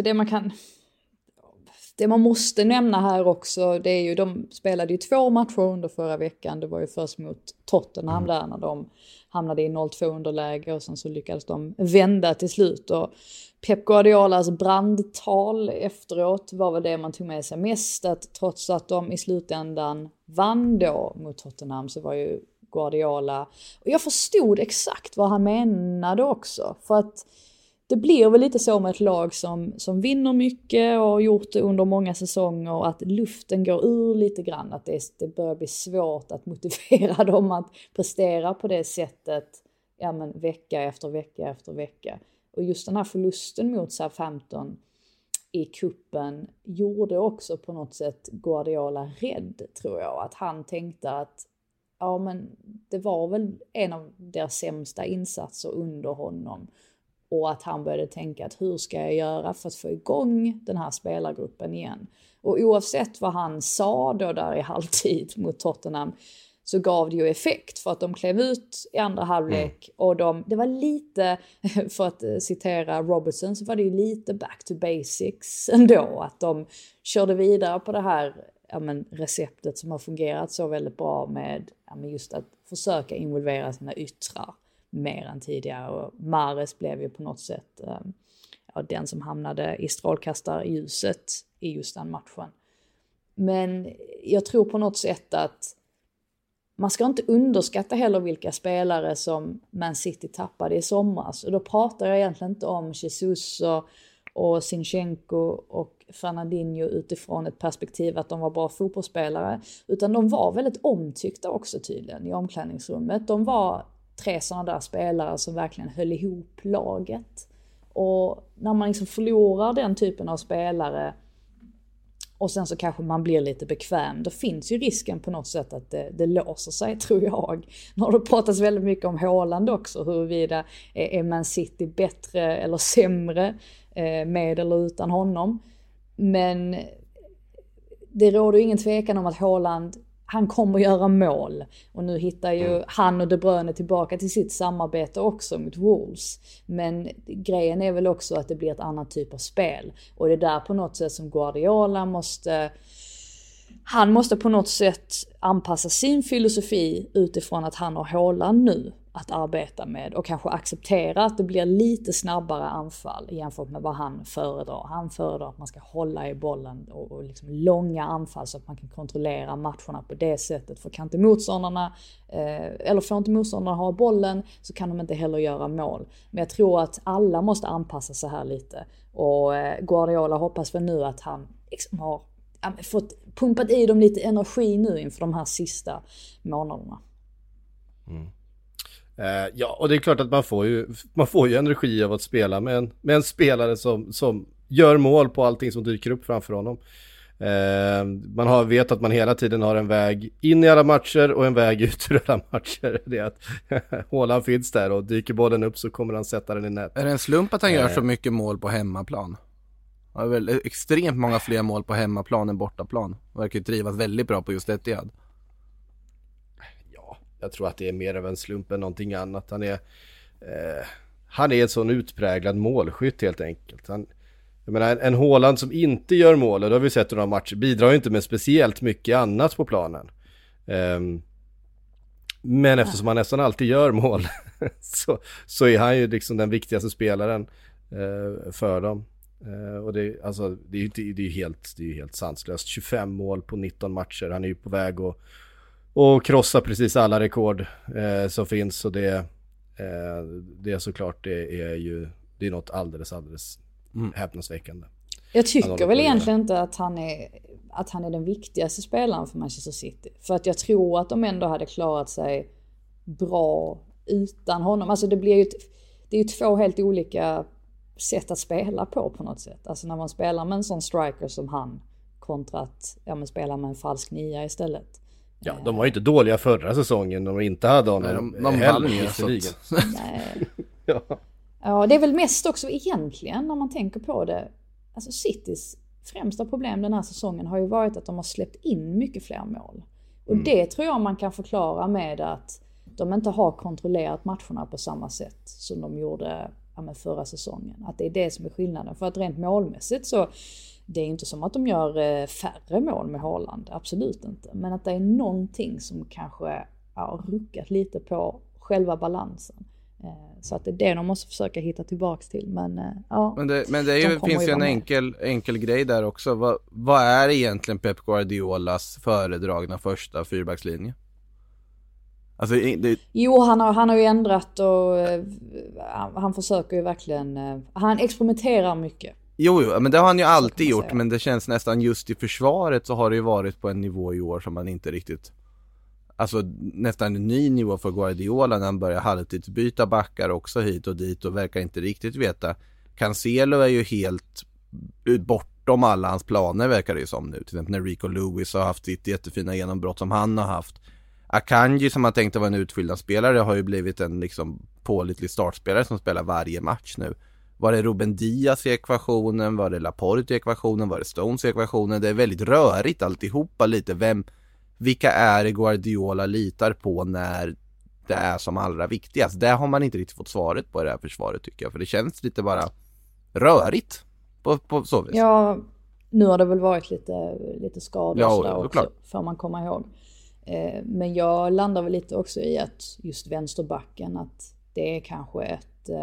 det man måste nämna här också, det är ju, de spelade ju 2 matcher under förra veckan. Det var ju först mot Tottenham där när de hamnade i 0-2 underläge och sen så lyckades de vända till slut. Och Pep Guardiolas brandtal efteråt var väl det man tog med sig mest, att trots att de i slutändan vann då mot Tottenham så var ju Guardiola, och jag förstod exakt vad han menade också, för att det blir väl lite så med ett lag som vinner mycket och har gjort det under många säsonger, och att luften går ur lite grann. Att det börjar bli svårt att motivera dem att prestera på det sättet vecka efter vecka efter vecka. Och just den här förlusten mot Southampton i kuppen gjorde också på något sätt Guardiola rädd, tror jag. Att han tänkte att det var väl en av deras sämsta insatser under honom. Och att han började tänka att hur ska jag göra för att få igång den här spelargruppen igen. Och oavsett vad han sa då där i halvtid mot Tottenham så gav det ju effekt, för att de klev ut i andra halvlek och det var lite, för att citera Robertson, så var det ju lite back to basics ändå. Att de körde vidare på det här receptet som har fungerat så väldigt bra med just att försöka involvera sina yttrar mer än tidigare. Och Mahrez blev ju på något sätt den som hamnade i strålkastarljuset i just den matchen. Men jag tror på något sätt att man ska inte underskatta heller vilka spelare som Man City tappade i somras. Och då pratar jag egentligen inte om Jesus och Zinchenko och Fernandinho utifrån ett perspektiv att de var bra fotbollsspelare. Utan de var väldigt omtyckta också tydligen i omklädningsrummet. De var 3 sådana där spelare som verkligen höll ihop laget. Och när man liksom förlorar den typen av spelare och sen så kanske man blir lite bekväm, då finns ju risken på något sätt att det låser sig, tror jag. Nu har det pratats väldigt mycket om Haaland också, huruvida är Man City bättre eller sämre med eller utan honom. Men det råder ingen tvekan om att Haaland, han kommer göra mål. Och nu hittar ju han och De Bruyne tillbaka till sitt samarbete också mot Wolves. Men grejen är väl också att det blir ett annat typ av spel. Och det är där på något sätt som Guardiola måste på något sätt anpassa sin filosofi utifrån att han har Haaland nu. att arbeta med och kanske acceptera att det blir lite snabbare anfall jämfört med vad han föredrar. Han föredrar att man ska hålla i bollen och liksom långa anfall så att man kan kontrollera matcherna på det sättet. För kan inte motståndarna, eller får inte motståndarna ha bollen så kan de inte heller göra mål. Men jag tror att alla måste anpassa sig här lite. Och Guardiola hoppas väl nu att han liksom har fått pumpat i dem lite energi nu inför de här sista månaderna. Ja, och det är klart att man får ju energi av att spela med en spelare som gör mål på allting som dyker upp framför honom. Man vet att man hela tiden har en väg in i alla matcher och en väg ut ur alla matcher. Det är att Haaland finns där och dyker bollen upp så kommer han sätta den i nät. Är det en slump att han gör så mycket mål på hemmaplan? Han har väl extremt många fler mål på hemmaplan än bortaplan. Verkar ju trivas väldigt bra på just Etihad. Ja, jag tror att det är mer av en slump än någonting annat. Han är en sån utpräglad målskytt helt enkelt. Jag menar, en Haaland som inte gör mål, och då har vi sett några matcher, bidrar ju inte med speciellt mycket annat på planen. Men eftersom han nästan alltid gör mål så är han ju liksom den viktigaste spelaren för dem. Och det är ju helt sanslöst. 25 mål på 19 matcher. Han är ju på väg och krossa precis alla rekord som finns, och det är såklart det är något alldeles häpnadsväckande. Jag tycker väl egentligen inte att han är den viktigaste spelaren för Manchester City. För att jag tror att de ändå hade klarat sig bra utan honom. Alltså det är ju två helt olika sätt att spela på något sätt. Alltså när man spelar med en sån striker som han kontra att spela med en falsk nia istället. Ja, de var ju inte dåliga förra säsongen när de inte hade honom. De vann ju. Nej. Ja, det är väl mest också egentligen när man tänker på det. Alltså Citys främsta problem den här säsongen har ju varit att de har släppt in mycket fler mål. Och det tror jag man kan förklara med att de inte har kontrollerat matcherna på samma sätt som de gjorde med förra säsongen. Att det är det som är skillnaden. För att rent målmässigt så det är inte som att de gör färre mål med Haaland. Absolut inte. Men att det är någonting som kanske har ruckat lite på själva balansen. Så att det är det de måste försöka hitta tillbaks till. Men det finns ju en enkel grej där också. Vad är egentligen Pep Guardiolas föredragna första fyrbackslinje? Alltså, Jo, han har ju ändrat och han försöker ju verkligen. Han experimenterar mycket. Jo, men det har han ju alltid gjort. Men det känns nästan just i försvaret så har det ju varit på en nivå i år som man inte riktigt... Alltså nästan en ny nivå för Guardiola när han börjar halvtidsbyta backar också hit och dit och verkar inte riktigt veta. Cancelo är ju helt bortom alla hans planer verkar det ju som nu. Till exempel när Rico Lewis har haft sitt jättefina genombrott som han har haft. Akanji som man tänkte vara en utfyllnadsspelare har ju blivit en liksom pålitlig startspelare som spelar varje match nu. Var det Ruben Diaz i ekvationen? Var det Laporte i ekvationen? Var det Stones i ekvationen? Det är väldigt rörigt alltihopa lite. Vilka är det Guardiola litar på när det är som allra viktigast? Det har man inte riktigt fått svaret på i det här försvaret tycker jag. För det känns lite bara rörigt på så vis. Ja, nu har det väl varit lite skador och sådär också, får man komma ihåg. Men jag landar väl lite också i att just vänsterbacken, att det är kanske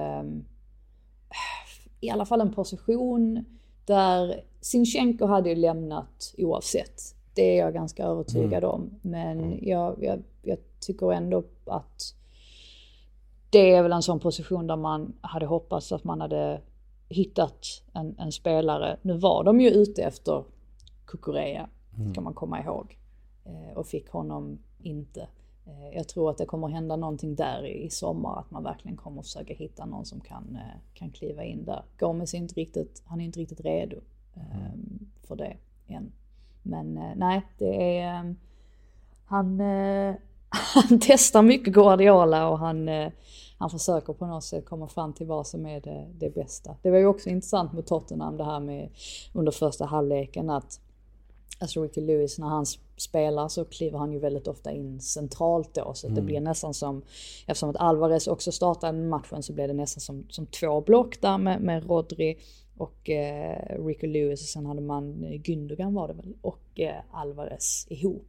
i alla fall en position där Zinchenko hade ju lämnat oavsett. Det är jag ganska övertygad om. Men jag tycker ändå att det är väl en sån position där man hade hoppats att man hade hittat en spelare. Nu var de ju ute efter Cucurella, ska man komma ihåg. Och fick honom inte. Jag tror att det kommer hända någonting där i sommar. Att man verkligen kommer försöka hitta någon som kan kliva in där. Gomez är inte riktigt redo för det än. Men nej, det är han testar mycket Guardiola och han försöker på något sätt komma fram till vad som är det bästa. Det var ju också intressant med Tottenham det här med under första halvleken att alltså Ricky Lewis när han spelar så kliver han ju väldigt ofta in centralt då så att det blir nästan som eftersom att Alvarez också startar matchen så blir det nästan som två block där med Rodri och Rico Lewis och sen hade man Gündogan var det väl och Alvarez ihop.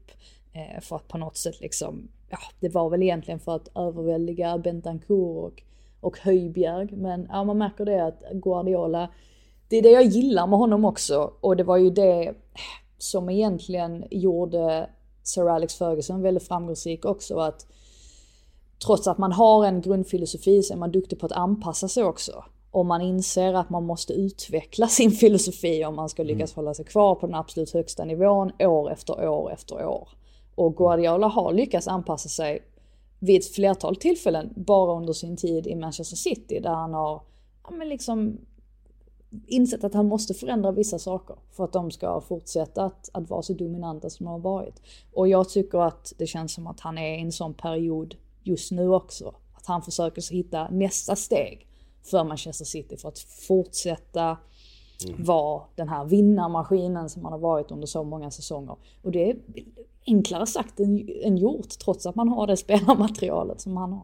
för att på något sätt liksom, ja, det var väl egentligen för att överväldiga Bentancur och Højbjerg, men ja, man märker det att Guardiola, det är det jag gillar med honom också, och det var ju det som egentligen gjorde Sir Alex Ferguson väldigt framgångsrik också, att trots att man har en grundfilosofi så är man duktig på att anpassa sig också. Och man inser att man måste utveckla sin filosofi om man ska lyckas hålla sig kvar på den absolut högsta nivån år efter år efter år. Och Guardiola har lyckats anpassa sig vid ett flertal tillfällen bara under sin tid i Manchester City, där han har liksom insett att han måste förändra vissa saker för att de ska fortsätta att vara så dominanta som de har varit. Och jag tycker att det känns som att han är i en sån period just nu också. Att han försöker hitta nästa steg för Manchester City för att fortsätta vara den här vinnarmaskinen som man har varit under så många säsonger. Och det är enklare sagt än gjort, trots att man har det spelarmaterialet som man har.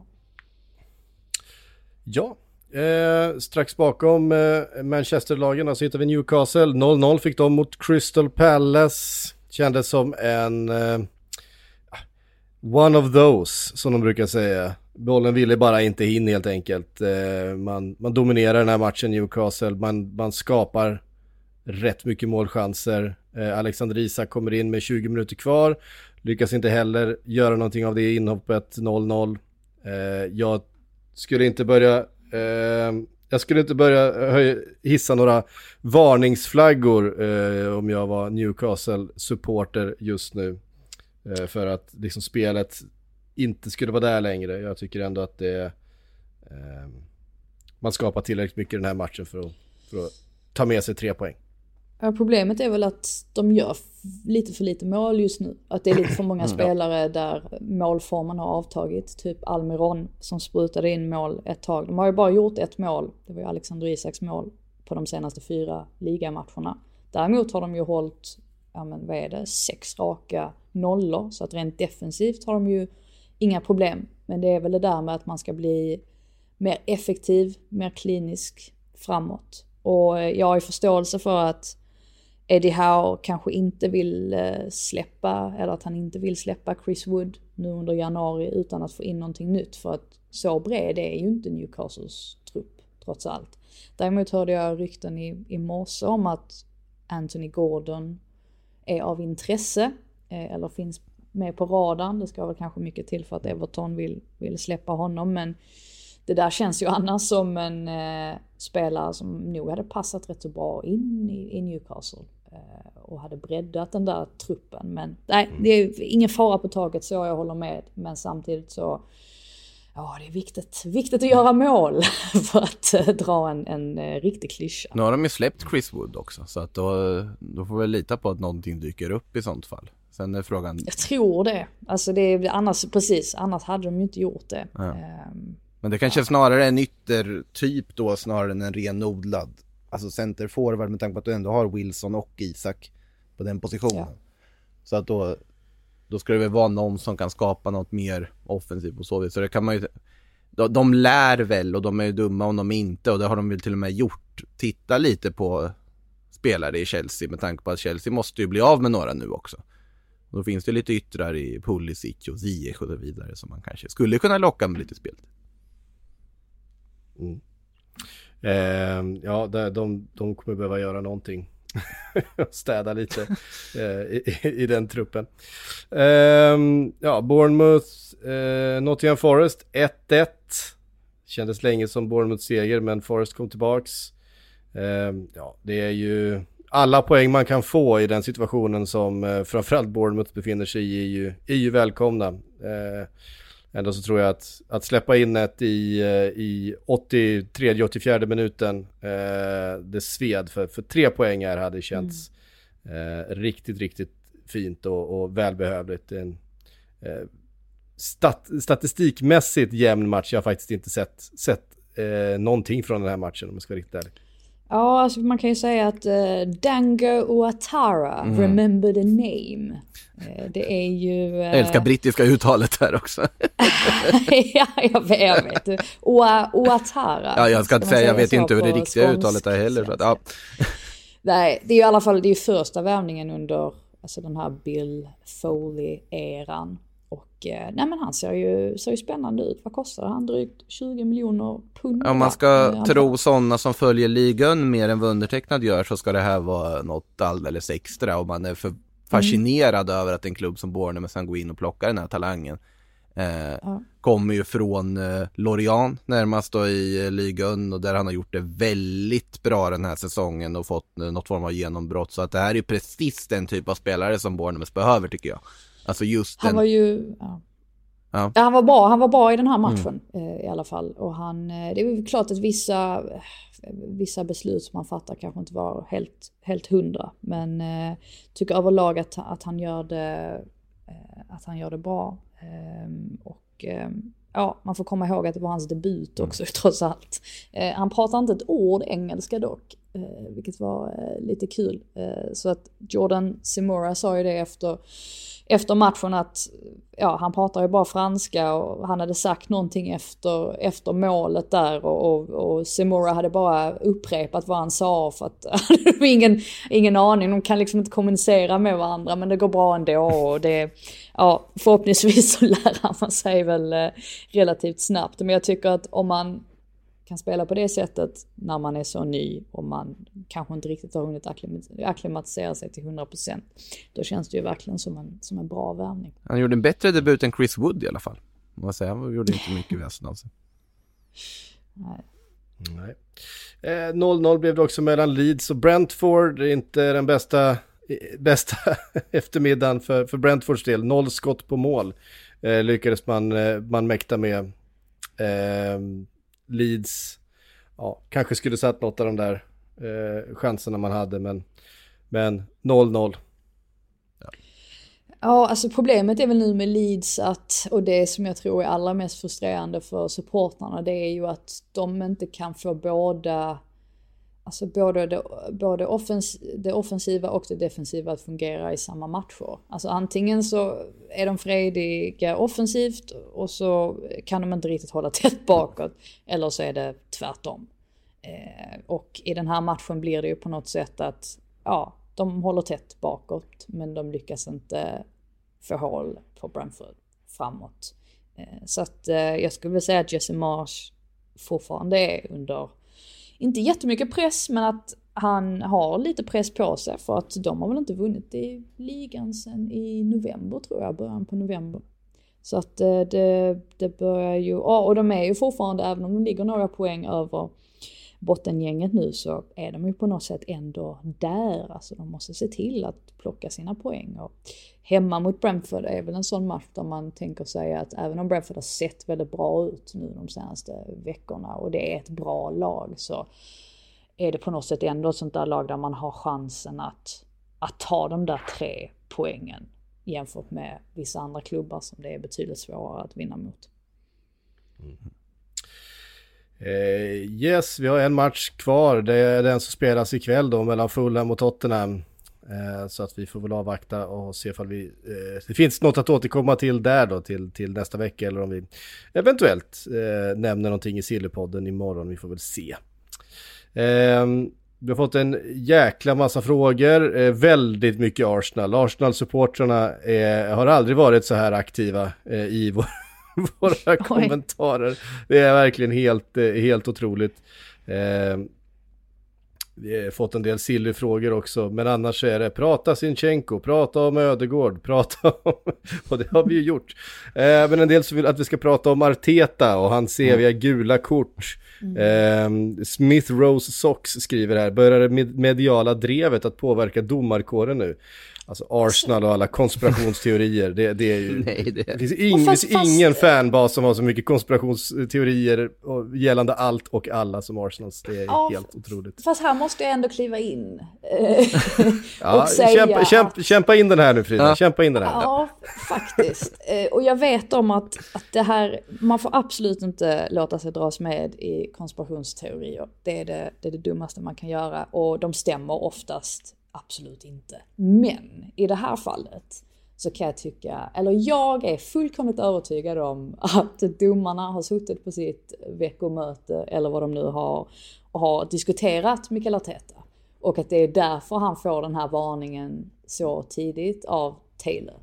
Ja, strax bakom Manchester-lagen så hittar vi Newcastle. 0-0 fick de mot Crystal Palace. Kändes som en one of those, som de brukar säga. Bollen ville bara inte in helt enkelt. Man dominerar den här matchen, Newcastle. Man skapar rätt mycket målchanser. Alexander Isak kommer in med 20 minuter kvar. Lyckas inte heller göra någonting av det inhoppet. 0-0. Jag skulle inte börja hissa några varningsflaggor om jag var Newcastle-supporter just nu. För att liksom spelet inte skulle vara där längre. Jag tycker ändå att man skapar tillräckligt mycket i den här matchen för att ta med sig 3 poäng. Ja, problemet är väl att de gör lite för lite mål just nu. Att det är lite för många spelare där målformen har avtagit. Typ Almiron som sprutade in mål ett tag. De har ju bara gjort 1 mål. Det var ju Alexander Isaks mål på de senaste 4 ligamatcherna. Däremot har de ju hållit 6 raka nollor. Så att rent defensivt har de ju inga problem. Men det är väl det där med att man ska bli mer effektiv, mer klinisk framåt. Och jag har ju förståelse för att Eddie Howe kanske inte vill släppa, eller att han inte vill släppa Chris Wood nu under januari utan att få in någonting nytt. För att så bred är ju inte Newcastles trupp trots allt. Däremot hörde jag rykten i morse om att Anthony Gordon är av intresse eller finns med på radarn. Det ska väl kanske mycket till för att Everton vill släppa honom, men det där känns ju annars som en spelare som nog hade passat rätt så bra in i Newcastle och hade breddat den där truppen. Men nej, det är ingen fara på taget, så jag håller med. Men samtidigt så, ja, det är viktigt att göra mål för att dra en riktig klyscha. Nu har de ju släppt Chris Wood också, så att då får vi lita på att någonting dyker upp i sånt fall. Sen är frågan... Jag tror det. Alltså annars hade de ju inte gjort det. Ja. Men det kanske snarare är en yttertyp då snarare än en renodlad, alltså centerforward, med tanke på att du ändå har Wilson och Isak på den positionen. Ja. Så att då ska det väl vara någon som kan skapa något mer offensivt på så vis. Så det kan man ju, de lär väl, och de är ju dumma om de inte, och det har de väl till och med gjort. Titta lite på spelare i Chelsea, med tanke på att Chelsea måste ju bli av med några nu också. Och då finns det lite yttrar i Pulisic och Ziyech och så vidare som man kanske skulle kunna locka med lite spel. Ja, de kommer behöva göra någonting. Städa lite i den truppen. Ja, Bournemouth, Nottingham Forest 1-1. Kändes länge som Bournemouth seger, men Forest kom tillbaks. Ja, det är ju alla poäng man kan få i den situationen som framförallt Bournemouth befinner sig i är ju välkomna. Ändå så tror jag att släppa in ett i 83-84 minuten, det sved för 3 poäng här hade känts riktigt, riktigt fint och välbehövligt. En statistikmässigt jämn match. Jag har faktiskt inte sett någonting från den här matchen, om jag ska vara riktigt ärlig. Ja, alltså man kan ju säga att Dango Ouattara, remember the name. Det är ju... Jag älskar brittiska uttalet här också. Ja, jag vet. Ouattara. Ja, jag ska inte säga, jag vet inte hur det riktiga uttalet är heller. Så att, ja. Nej, det är i alla fall det är första värvningen under alltså den här Bill Foley-eran. Och nej men han ser ju spännande ut. Vad kostar han? Drygt 20 miljoner pund. Om man ska tro sådana som följer ligan mer än vad undertecknad gör, så ska det här vara något alldeles extra. Och man är för fascinerad över att en klubb som Bournemouth sen går in och plockar den här talangen. Kommer ju från Lorient närmast då i ligan, och där han har gjort det väldigt bra den här säsongen och fått något form av genombrott. Så att det här är precis den typ av spelare som Bournemouth behöver, tycker jag. Alltså just han var ju han var bra i den här matchen i alla fall. Och det är ju klart att vissa beslut som han fattar kanske inte var helt 100, men tycker överlag att han gör det bra. Och man får komma ihåg att det var hans debut också trots allt. Han pratar inte ett ord engelska dock, vilket var lite kul. Så att Jordan Simura sa ju det efter matchen att han pratar ju bara franska, och han hade sagt någonting efter målet där, och Simura hade bara upprepat vad han sa, för att det var ingen aning, de kan liksom inte kommunicera med varandra, men det går bra ändå, och det förhoppningsvis så lär man sig väl relativt snabbt. Men jag tycker att om man kan spela på det sättet när man är så ny och man kanske inte riktigt har hunnit akklimatisera sig till 100%, då känns det ju verkligen som en bra värvning. Han gjorde en bättre debut än Chris Wood i alla fall. Han gjorde inte mycket väsen av sig. Nej. 0-0 blev det också mellan Leeds och Brentford. Det är inte den bästa eftermiddagen för Brentfords del. 0 skott på mål lyckades man mäkta med. Leeds kanske skulle satt något av de där chanserna man hade, men 0-0. Ja, alltså problemet är väl nu med Leeds och det som jag tror är allra mest frustrerande för supportrarna, det är ju att de inte kan få både det offensiva och det defensiva att fungera i samma matcher. Alltså antingen så är de frediga offensivt och så kan de inte riktigt hålla tätt bakåt, eller så är det tvärtom. Och i den här matchen blir det ju på något sätt att de håller tätt bakåt, men de lyckas inte få håll på Brentford framåt. Så att jag skulle vilja säga att Jesse Marsch fortfarande är under, inte jättemycket press, men att han har lite press på sig, för att de har väl inte vunnit i ligan sen i november, tror jag, början på november. Så att det börjar ju, och de är ju fortfarande, även om de ligger några poäng över bottengänget nu, så är de ju på något sätt ändå där. Alltså de måste se till att plocka sina poäng, och hemma mot Brentford är väl en sån match där man tänker sig att även om Brentford har sett väldigt bra ut nu de senaste veckorna och det är ett bra lag, så är det på något sätt ändå ett sånt där lag där man har chansen att ta de där 3 poängen jämfört med vissa andra klubbar som det är betydligt svårare att vinna mot. Yes, vi har en match kvar. Det är den som spelas ikväll då mellan Fulham och Tottenham. Så att vi får väl avvakta och se ifall det finns något att återkomma till där då till nästa vecka, eller om vi eventuellt nämner någonting i Sillypodden imorgon. Vi får väl se. Vi har fått en jäkla massa frågor, väldigt mycket Arsenal. Arsenal-supportrarna har aldrig varit så här aktiva i våra kommentarer. Det är verkligen helt otroligt. Vi har fått en del Silly-frågor också, men annars är det prata Zinchenko, prata om Ödegård, prata om, och det har vi ju gjort. Men en del som vill att vi ska prata om Arteta och hans eviga gula kort. Smith Rose Sox skriver här: börjar det mediala drevet att påverka domarkåren nu? Alltså Arsenal och alla konspirationsteorier, det är ju... Nej, det finns ingen fanbas som har så mycket konspirationsteorier gällande allt och alla som Arsenals. Det är helt otroligt. Fast här måste jag ändå kliva in och säga kämpa in den här nu, Frida. Kämpa in den här. Ja, faktiskt. Och jag vet om att det här, man får absolut inte låta sig dras med i konspirationsteorier. Det är det dummaste man kan göra, och de stämmer oftast absolut inte. Men i det här fallet så kan jag tycka, eller jag är fullkomligt övertygad om att domarna har suttit på sitt veckomöte eller vad de nu har och har diskuterat Mikel Arteta, och att det är därför han får den här varningen så tidigt av Taylor.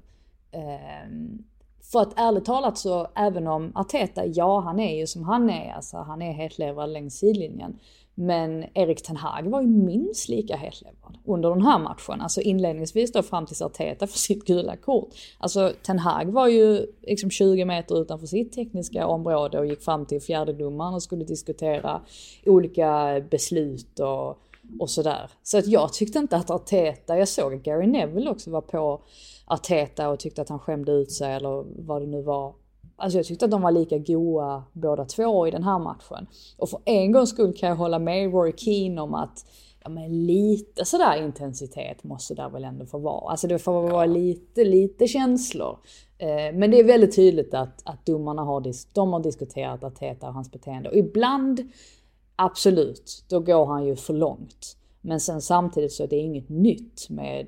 För att ärligt talat så, även om Arteta, ja han är ju som han är, alltså han är hetlevrad längs sidlinjen. Men Erik Ten Hag var ju minst lika hetlevrad under den här matchen. Alltså inledningsvis då fram till Arteta för sitt gula kort. Alltså Ten Hag var ju liksom 20 meter utanför sitt tekniska område och gick fram till fjärdedomaren och skulle diskutera olika beslut och sådär. Så att jag tyckte inte att Arteta, jag såg att Gary Neville också var på Arteta och tyckte att han skämde ut sig eller vad det nu var. Alltså jag tyckte att de var lika goa båda två i den här matchen. Och för en gångs skull kan jag hålla med Roy Keane om att men lite sådär intensitet måste där väl ändå få vara. Alltså det får vara lite känslor. Men det är väldigt tydligt att domarna har diskuterat Arteta och hans beteende. Och ibland, absolut, då går han ju för långt. Men sen samtidigt så är det inget nytt med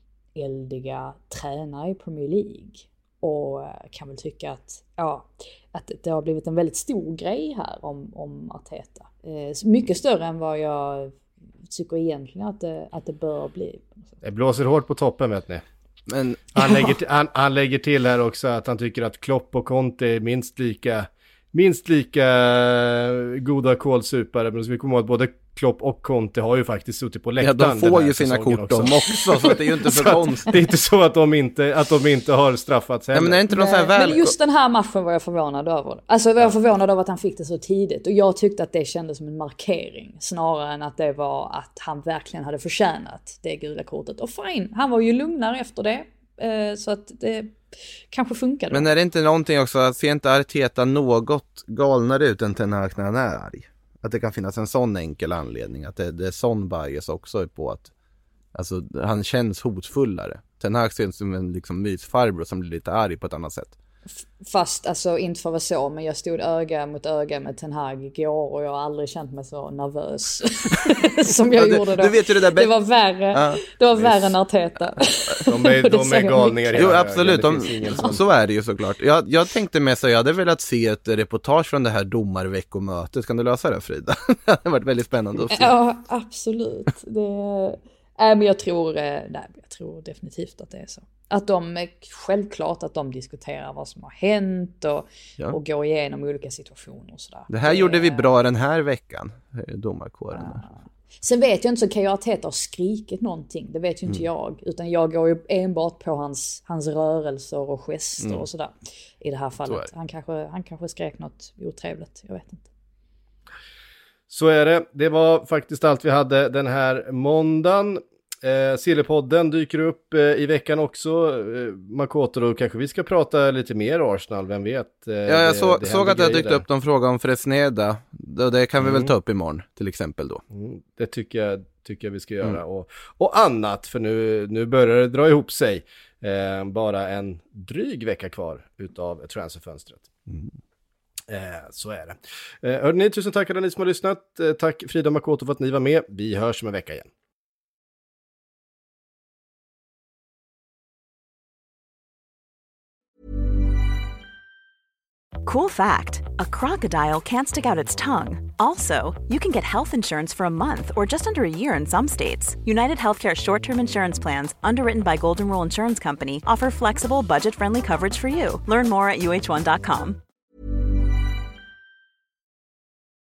eldiga tränare i Premier League. Och kan väl tycka att det har blivit en väldigt stor grej här om Arteta. Mycket större än vad jag tycker egentligen att det bör bli. Det blåser hårt på toppen, vet ni. Men Han lägger till här också att han tycker att Klopp och Conte är minst lika goda kålsupare. Men vi kommer ihåg att både Klopp och Conte har ju faktiskt suttit på läktaren. Ja, de får ju sina kort de också, så att det är ju inte för konstigt. Det är inte så att de inte har straffats heller. Nej, men är inte de så här väl... Men just den här matchen var jag förvånad över. Alltså var jag förvånad över att han fick det så tidigt. Och jag tyckte att det kändes som en markering. Snarare än att det var att han verkligen hade förtjänat det gula kortet. Och fine, han var ju lugnare efter det. Så att det kanske funkade. Men är det inte någonting också, att ser inte Arteta något galnare ut än Ten Hag när han är arg? Att det kan finnas en sån enkel anledning, att det är sån bias också på att alltså, han känns hotfullare. Ten Hag ser som en liksom mysfarbror som blir lite arg på ett annat sätt. Fast alltså inte för att vara så, men jag stod öga mot öga med Ten Hag igår och jag har aldrig känt mig så nervös som jag gjorde då. Du vet ju det var värre. Det var värre än Arteta. De är galningar. Jo, absolut. Så är det ju såklart. Jag tänkte med så jag hade velat se ett reportage från det här domarveckomötet. Kan du lösa det, Frida? Det hade varit väldigt spännande att se. Ja, absolut. Men jag tror definitivt att det är så. Att självklart att de diskuterar vad som har hänt och går igenom olika situationer och sådär. Det här gjorde vi bra den här veckan, domarkåren. Sen vet jag inte, så kan jag Arteta ha skrikit någonting. Det vet ju inte jag. Utan jag går ju enbart på hans rörelser och gester och sådär. I det här fallet. Han kanske skrek något otrevligt. Jag vet inte. Så är det. Det var faktiskt allt vi hade den här måndagen. Sillypodden dyker upp i veckan också. Makoto, då kanske vi ska prata lite mer Arsenal, vem vet. Jag såg att det dykt upp en fråga om Fresneda. Det kan vi väl ta upp imorgon till exempel då. Det tycker jag vi ska göra. Och annat, för nu börjar det dra ihop sig. Bara en dryg vecka kvar utav transferfönstret. Så är det. Hörde ni, tusen tack alla ni som har lyssnat. Tack Frida och Makoto för att ni var med. Vi hörs om en vecka igen. Cool fact, a crocodile can't stick out its tongue. Also, you can get health insurance for a month or just under a year in some states. United Healthcare short-term insurance plans, underwritten by Golden Rule Insurance Company, offer flexible, budget-friendly coverage for you. Learn more at uh1.com.